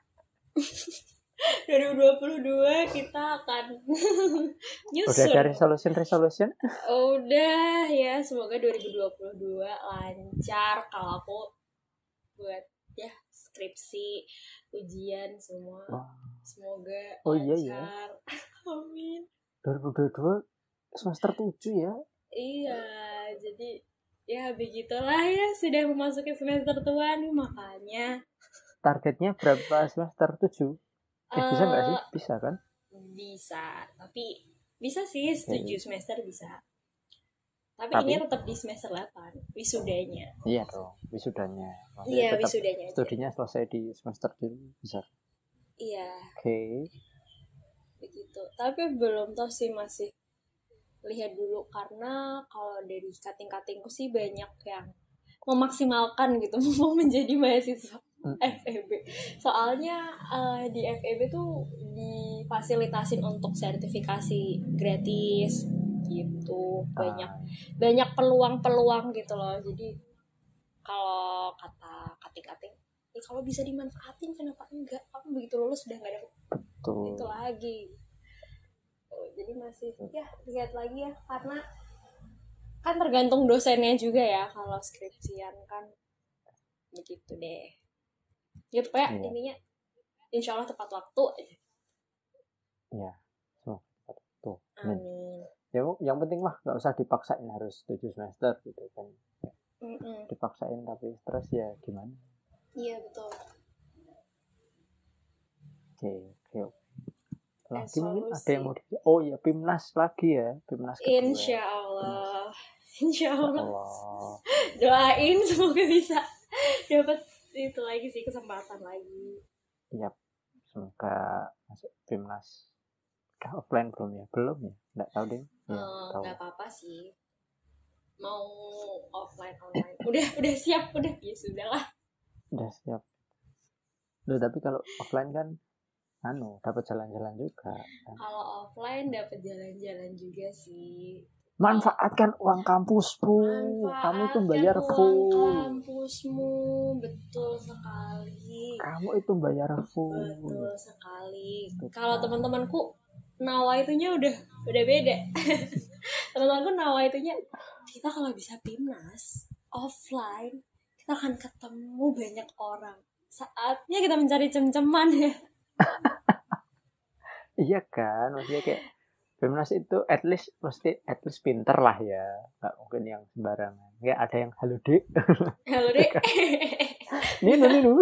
dua ribu dua puluh dua kita akan nyusun. Udah ada resolution-resolution? Udah ya, semoga dua ribu dua puluh dua lancar. Kalau aku buat ya skripsi, ujian semua. Wow. Semoga oh, lancar. Iya, iya. Amin. dua ribu dua puluh dua semester tujuh ya? Iya, jadi ya begitulah ya, sudah memasuki semester tua nih, makanya targetnya berapa semester tujuh? Eh, uh, bisa nggak sih? Bisa kan? Bisa, tapi bisa sih tujuh okay. semester bisa. Tapi, tapi ini tetap di semester delapan, wisudanya. Iya dong, wisudanya. Maksudnya iya, wisudanya. Studinya aja. Selesai di semester tujuh bisa. Iya. Oke. Okay. Begitu. Tapi belum tahu sih, masih lihat dulu, karena kalau dari kating-katingku sih banyak yang memaksimalkan gitu mau menjadi mahasiswa hmm. F E B. Soalnya uh, di F E B tuh difasilitasin untuk sertifikasi gratis gitu, banyak uh. banyak peluang-peluang gitu loh. Jadi kalau kata kating-kating, ya kalau bisa dimanfaatin kenapa enggak? Kamu begitu lulus sudah nggak dapet itu lagi. Jadi masih ya lihat lagi ya, karena kan tergantung dosennya juga ya kalau skripsian kan, begitu deh. Ya pokoknya iya. Intinya insya Allah tepat waktu aja. Iya, oh, tepat waktu. Amin. Ya, yang penting mah nggak usah dipaksain harus tujuh semester gitu kan. Mm-mm. Dipaksain tapi stres ya gimana? Iya betul. Oke oke oke. Lagi mungkin ada yang mau di... oh ya Pimnas lagi ya, Pimnas kedua. Insya Allah, Insya Allah. Allah. Doain semoga bisa dapat itu lagi sih, kesempatan lagi. Iya, semoga masuk Pimnas. Udah offline belum ya? Belum ya? Nggak tahu deh. Ya, uh, nggak apa-apa sih. Mau offline online. Udah udah siap udah ya sudahlah. Udah siap. Loh tapi kalau offline kan anu dapat jalan-jalan juga kan? Kalau offline dapat jalan-jalan juga sih. Manfaatkan uang kampusmu. Manfaatkan kamu tuh bayar full. Kampusmu, betul sekali. Kamu itu bayar full. Betul sekali. Kalau teman-temanku nawa itunya udah udah beda. Teman-temanku nawa itunya, kita kalau bisa Pimnas offline, kita akan ketemu banyak orang. Saatnya kita mencari cem-ceman ya. Iya kan, maksudnya kayak Pimnas itu at least mesti at least pinter lah ya, nggak mungkin yang sembarangan. Nggak ada yang halo dek, halo dek, ninu ninu.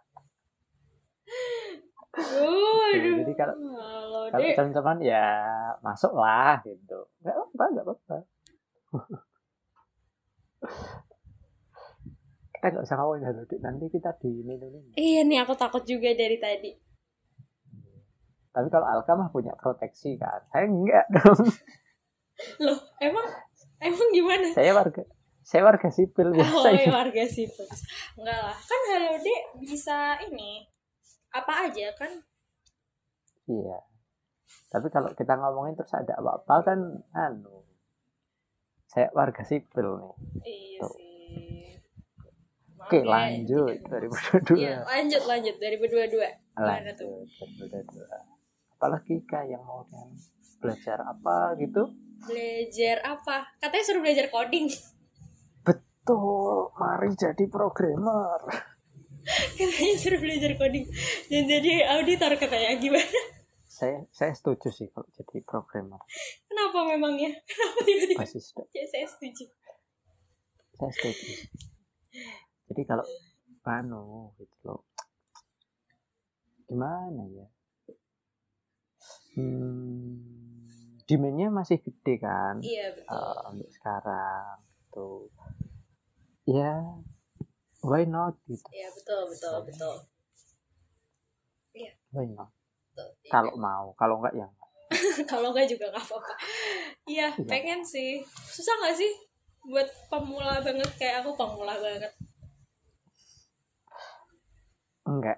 Aduh, jadi kalau kalau teman-teman ya masuk lah gitu. Nggak apa nggak apa. Kita nggak usah ngomongin Hello Dik, nanti kita di ini ini. Iya nih aku takut juga dari tadi. Tapi kalau Alka mah punya proteksi kan, saya enggak dong. Loh emang emang gimana? Saya warga saya warga sipil biasa. Oh ya warga sipil. Enggak lah, kan Hello Dik bisa ini apa aja kan? Iya. Tapi kalau kita ngomongin terus ada apa-apa kan, anu, saya warga sipil nih. Iya Tuh. sih. Maaf Oke, ya, lanjut tidak- dua ribu dua puluh dua. Iya, lanjut lanjut dua ribu dua puluh dua. Gimana tuh? Lanjut dua ribu dua puluh dua. Apalagi Kak yang mau yang belajar apa gitu? Belajar apa? Katanya suruh belajar coding. Betul, mari jadi programmer. Katanya suruh belajar coding. Dan jadi auditor katanya gimana? Saya saya setuju sih kalau jadi programmer. Kenapa memangnya? Kenapa tiba-tiba? Basis Ya saya setuju. saya setuju. Jadi kalau anu gitu loh. Gimana ya? Hmm, demand-nya masih gede kan? Iya betul. Uh, untuk sekarang tuh. Ya, why not gitu. Iya betul betul betul. Why not? betul. Iya. Kalau mau, kalau enggak ya enggak. Kalau enggak juga nggak apa-apa. Iya Iya. pengen sih. Susah nggak sih buat pemula banget kayak aku pemula banget. Enggak.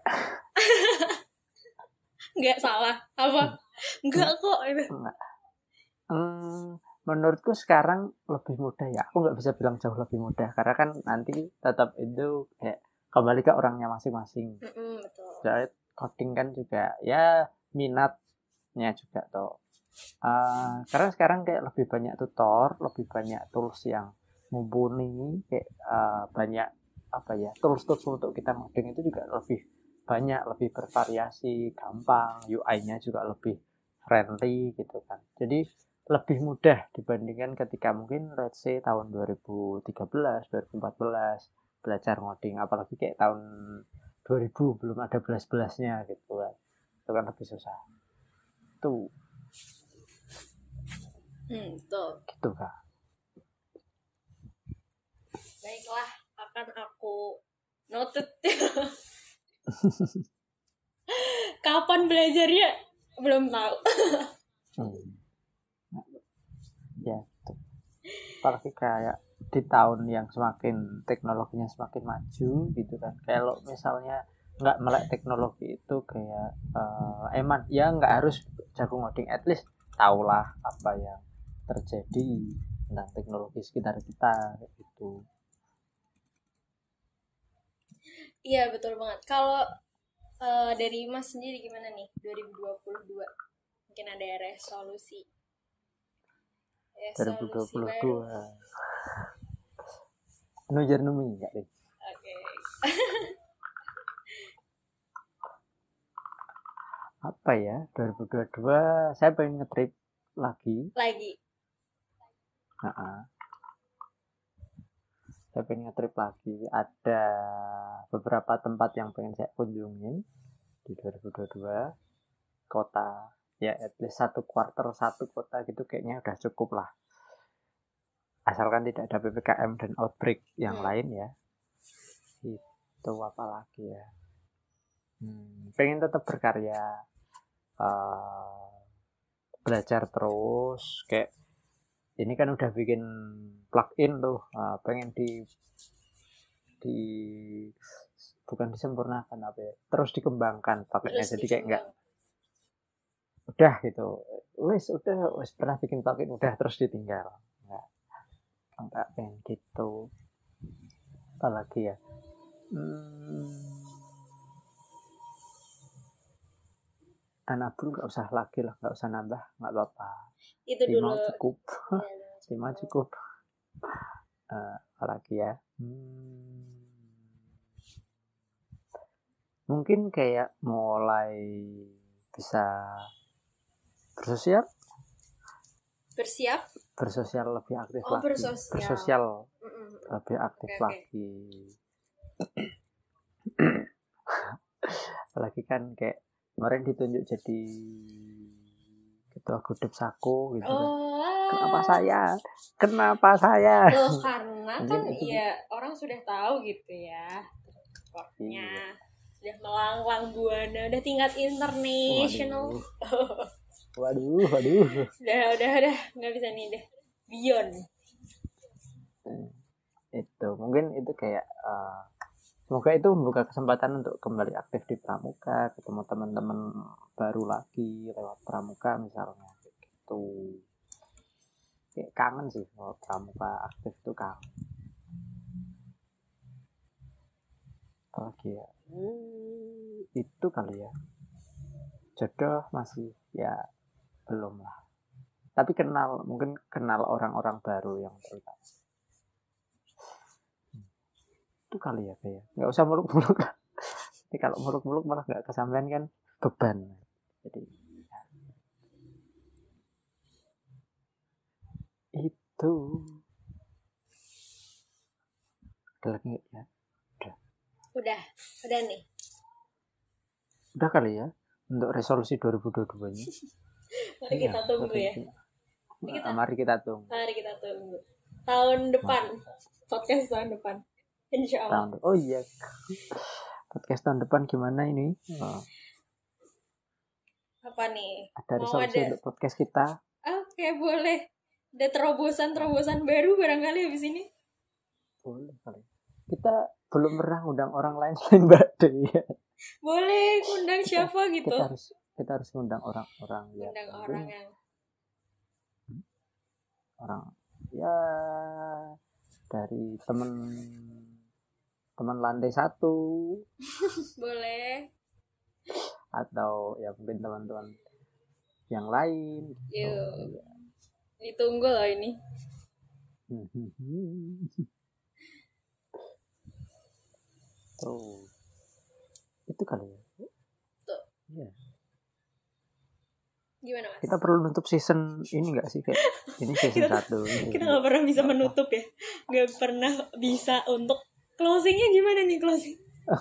Nggak salah apa? Enggak kok. Enggak. Hmm, menurutku sekarang lebih mudah ya. Aku nggak bisa bilang jauh lebih mudah karena kan nanti tetap itu kayak kembali ke orangnya masing-masing. Mm-mm, betul. Jadi coding kan juga ya minatnya juga toh. Uh, karena sekarang kayak lebih banyak tutor, lebih banyak tools yang mumpuni, kayak uh, banyak apa ya tools-tools untuk kita ngoding itu juga lebih banyak, lebih bervariasi, gampang, U I-nya juga lebih friendly gitu kan. Jadi lebih mudah dibandingkan ketika mungkin let's say tahun dua ribu tiga belas, dua ribu empat belas belajar ngoding, apalagi kayak tahun dua ribu belum ada belas-belasnya gitu kan. Itu kan lebih susah. Tuh. Hmm, betul. Gitu kan. Baiklah, akan aku noted. Kapan belajarnya? Belum tahu. Hmm. Ya, tuh. Apalagi kayak di tahun yang semakin teknologinya semakin maju gitu kan. Kalau misalnya nggak melek teknologi itu kayak uh, eman ya nggak harus jago ngoding, at least tahulah apa yang terjadi tentang teknologi sekitar kita gitu. Iya betul banget. Kalau uh, dari Mas sendiri gimana nih dua ribu dua puluh dua? Mungkin ada resolusi. dua ribu dua puluh dua. Baru. New Year New Me enggak deh. Oke. Okay. Apa ya? dua ribu dua puluh dua saya pengen nge-trip lagi. Lagi. Nah, saya pengen nge-trip lagi. Ada beberapa tempat yang pengen saya kunjungin di dua ribu dua puluh dua. Kota ya at least satu quarter satu kota gitu kayaknya udah cukup lah. Asalkan tidak ada P P K M dan outbreak yang hmm. lain ya. Itu apa lagi ya? Hmm, pengen tetap berkarya, uh, belajar terus. Kayak ini kan udah bikin plugin tuh, uh, pengen di di bukan disempurnakan apa ya, terus dikembangkan paketnya. Jadi kayak enggak udah gitu, wes udah wes pernah bikin plugin udah terus ditinggal. Enggak. Enggak pengen gitu. Apalagi ya? Hmm, anak bro nggak usah lagi lah, nggak usah nambah, nggak apa-apa. Itu lima dulu. cukup, Ya, lima cukup. Uh, apalagi ya? Hmm, mungkin kayak mulai bisa bersosial. Bersiap. Bersosial lebih aktif oh, lagi. Bersosial. Bersosial Mm-mm. lebih aktif okay, lagi. Okay. Apalagi kan kayak kemarin ditunjuk jadi itu aku tips aku gitu kan. Oh, Kenapa saya? Kenapa saya? loh karena kan Mungkin itu- ya orang sudah tahu gitu ya rekornya sudah melanglang buana, udah tingkat international. Waduh, waduh, waduh. udah udah udah nggak bisa nih deh beyond. Itu mungkin itu kayak uh, semoga itu membuka kesempatan untuk kembali aktif di pramuka, ketemu teman-teman baru lagi lewat pramuka misalnya gitu. Kayak kangen sih kalau pramuka aktif itu kangen. Apalagi ya hmm, itu kali ya, jodoh masih ya belum lah, tapi kenal mungkin kenal orang-orang baru yang terutama itu kali ya kayak nggak usah muluk-muluk. Tapi kalau muluk-muluk malah nggak kesampaian kan beban. Jadi ya. Itu ada lagi nggak ya? Udah. Udah, udah nih. Udah kali ya untuk resolusi dua ribu dua puluh dua-nya. Mari kita Ya, tunggu ya. resolusi. Kita, Mari kita tunggu. Mari kita tunggu. Tahun depan, podcast tahun depan. Insya Allah. Tahun, oh iya. Podcast tahun depan gimana ini? Oh, Apa nih? ada Mau resolusi ada- untuk podcast kita. Oke, boleh. Ada terobosan-terobosan baru barangkali habis ini. Boleh kali. Kita belum pernah undang orang lain selain Mbak De. Ya. Boleh, undang siapa gitu. Kita harus kita harus mengundang orang-orang yang Undang mungkin orang yang orang ya dari teman teman lantai satu boleh. atau ya mungkin teman-teman yang lain. Yuk. Ditunggu loh ini. Oh, itu kali ya. Tuh. Iya. Gimana Mas? Kita perlu nutup season ini nggak sih kayak ini season Kita- satu. Kita nggak pernah bisa menutup ya. Nggak pernah bisa untuk closingnya gimana nih closing?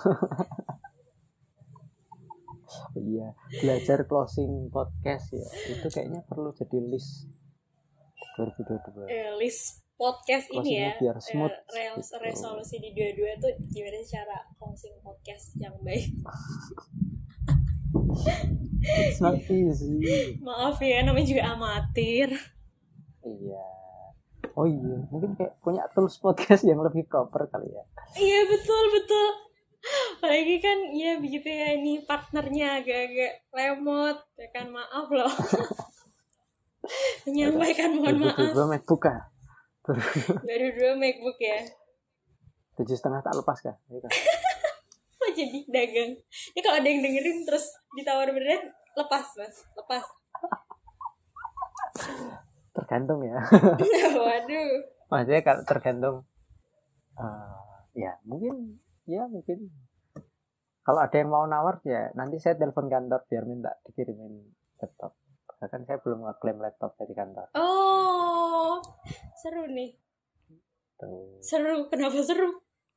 Iya, belajar closing podcast ya. Itu kayaknya perlu jadi list dua ribu dua puluh dua. Eh, list podcast ini ya. Closingnya biar smooth, Eh, res- gitu. resolusi di dua-dua tuh gimana sih cara closing podcast yang baik? It's not easy. Maaf ya, namanya juga amatir. Iya. Oh iya, mungkin kayak punya tools podcast yang lebih proper kali ya. Iya betul betul. Apalagi kan ya begitu ya, ini partnernya agak-agak lemot ya kan, maaf loh. Menyampaikan mohon maaf. Dua MacBook kah? Baru dua MacBook ya. Tujuh setengah tak lepas kah? Iya kan? Kok jadi dagang? Ya kalau ada yang dengerin terus ditawar beneran, lepas mas, lepas. Tergantung ya. Waduh. Maksudnya kalau tergantung uh, ya mungkin ya mungkin kalau ada yang mau nawar ya nanti saya telepon kantor biar minta dikirimin laptop. Kan saya belum ngeklaim laptop dari kantor. Oh, seru nih. Tuh. Seru, kenapa seru?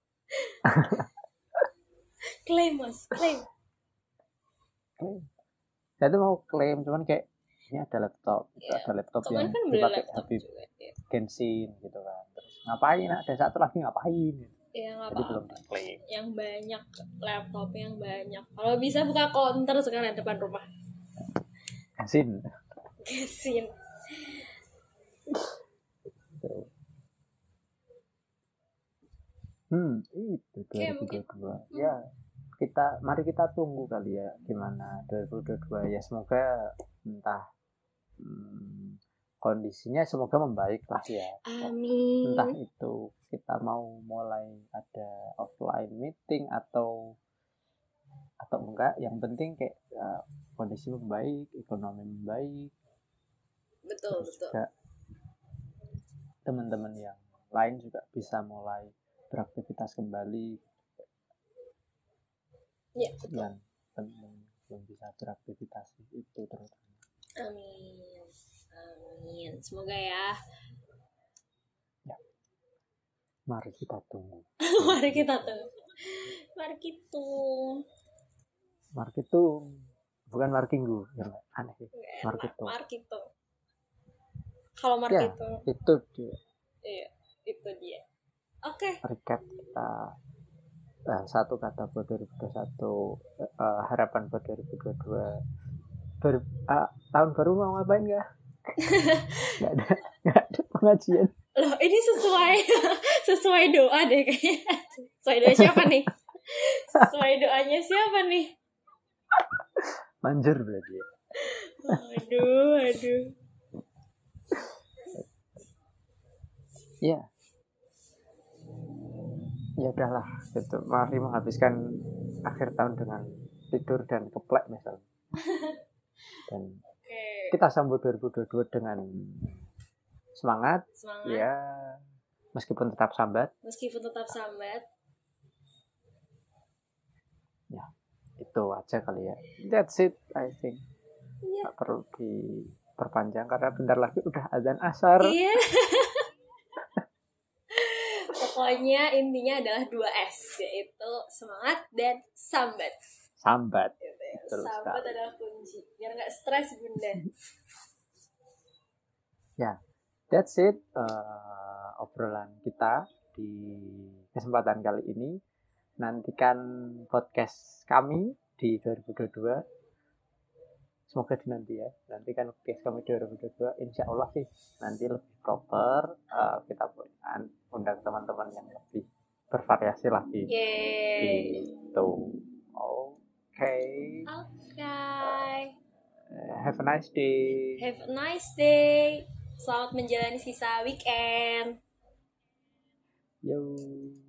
Klaim mas, klaim. Klaim. Saya tuh mau klaim cuman kayak ini ada laptop, itu Ya, ada laptop Kemarin yang kan beli dipakai laptop Habib juga ya. Gensin gitu kan. Terus ngapain? Ada satu lagi ngapain? Ya nggak Jadi apa-apa. belum diklaim. Yang banyak, laptop yang banyak. Kalau bisa buka counter sekalian depan rumah. Gensin. Gesin. Hmm, itu Oke, dua ribu dua puluh dua. Ya, kita mari kita tunggu kali ya gimana dua ribu dua puluh dua ya, semoga entah hmm, kondisinya semoga membaik lah ya. Amin. Entah itu kita mau mulai ada offline meeting atau atau enggak, yang penting kayak uh, kondisi membaik, ekonomi membaik, Betul, terus betul. juga teman-teman yang lain juga bisa mulai beraktivitas kembali. Ya, betul. Yang teman belum bisa beraktivitas itu terutama. Amin. Amin. Semoga ya. Mari kita tunggu. Mari kita tuh. Mari kita. Mari kita bukan markingu, yang aneh sih. Nggak, Markito. Markito. Kalau Ya, Markito, itu dia. iya, itu dia. Oke. Recap kita eh, satu kata buat dua ribu dua puluh satu, eh, harapan buat dua ribu dua puluh dua. Ber, uh, tahun baru mau ngapain nggak? Nggak ada, nggak ada pengajian. Loh, ini sesuai sesuai doa deh kayaknya. Sesuai doa siapa nih? Sesuai doanya siapa nih? Manjur berarti. Aduh, aduh. Ya. Ya udahlah, itu mari menghabiskan akhir tahun dengan tidur dan keplek misalnya. Dan okay. kita sambut dua ribu dua puluh dua dengan semangat, semangat. Ya, meskipun tetap sambat. Meskipun tetap sambat. Ya, itu aja kali ya. That's it, I think. Iya. Nggak perlu diperpanjang karena bentar lagi udah azan asar. Iya. Pokoknya intinya adalah dua S, yaitu semangat dan sambat. Sambat. Gitu ya. Betul Sambat sekali. adalah kunci. Biar nggak stres, Bunda. Ya, that's it. Uh, obrolan kita di kesempatan kali ini. Nantikan podcast kami di dua ribu dua puluh dua. Semoga dinanti ya. Nantikan podcast kami dua ribu dua puluh dua. Insya Allah sih nanti lebih proper. Uh, kita undang teman-teman yang lebih bervariasi lagi. Yeay. Gitu. Oke. Okay. Oke. Okay. Uh, have a nice day. Have a nice day. Selamat menjalani sisa weekend. Yo.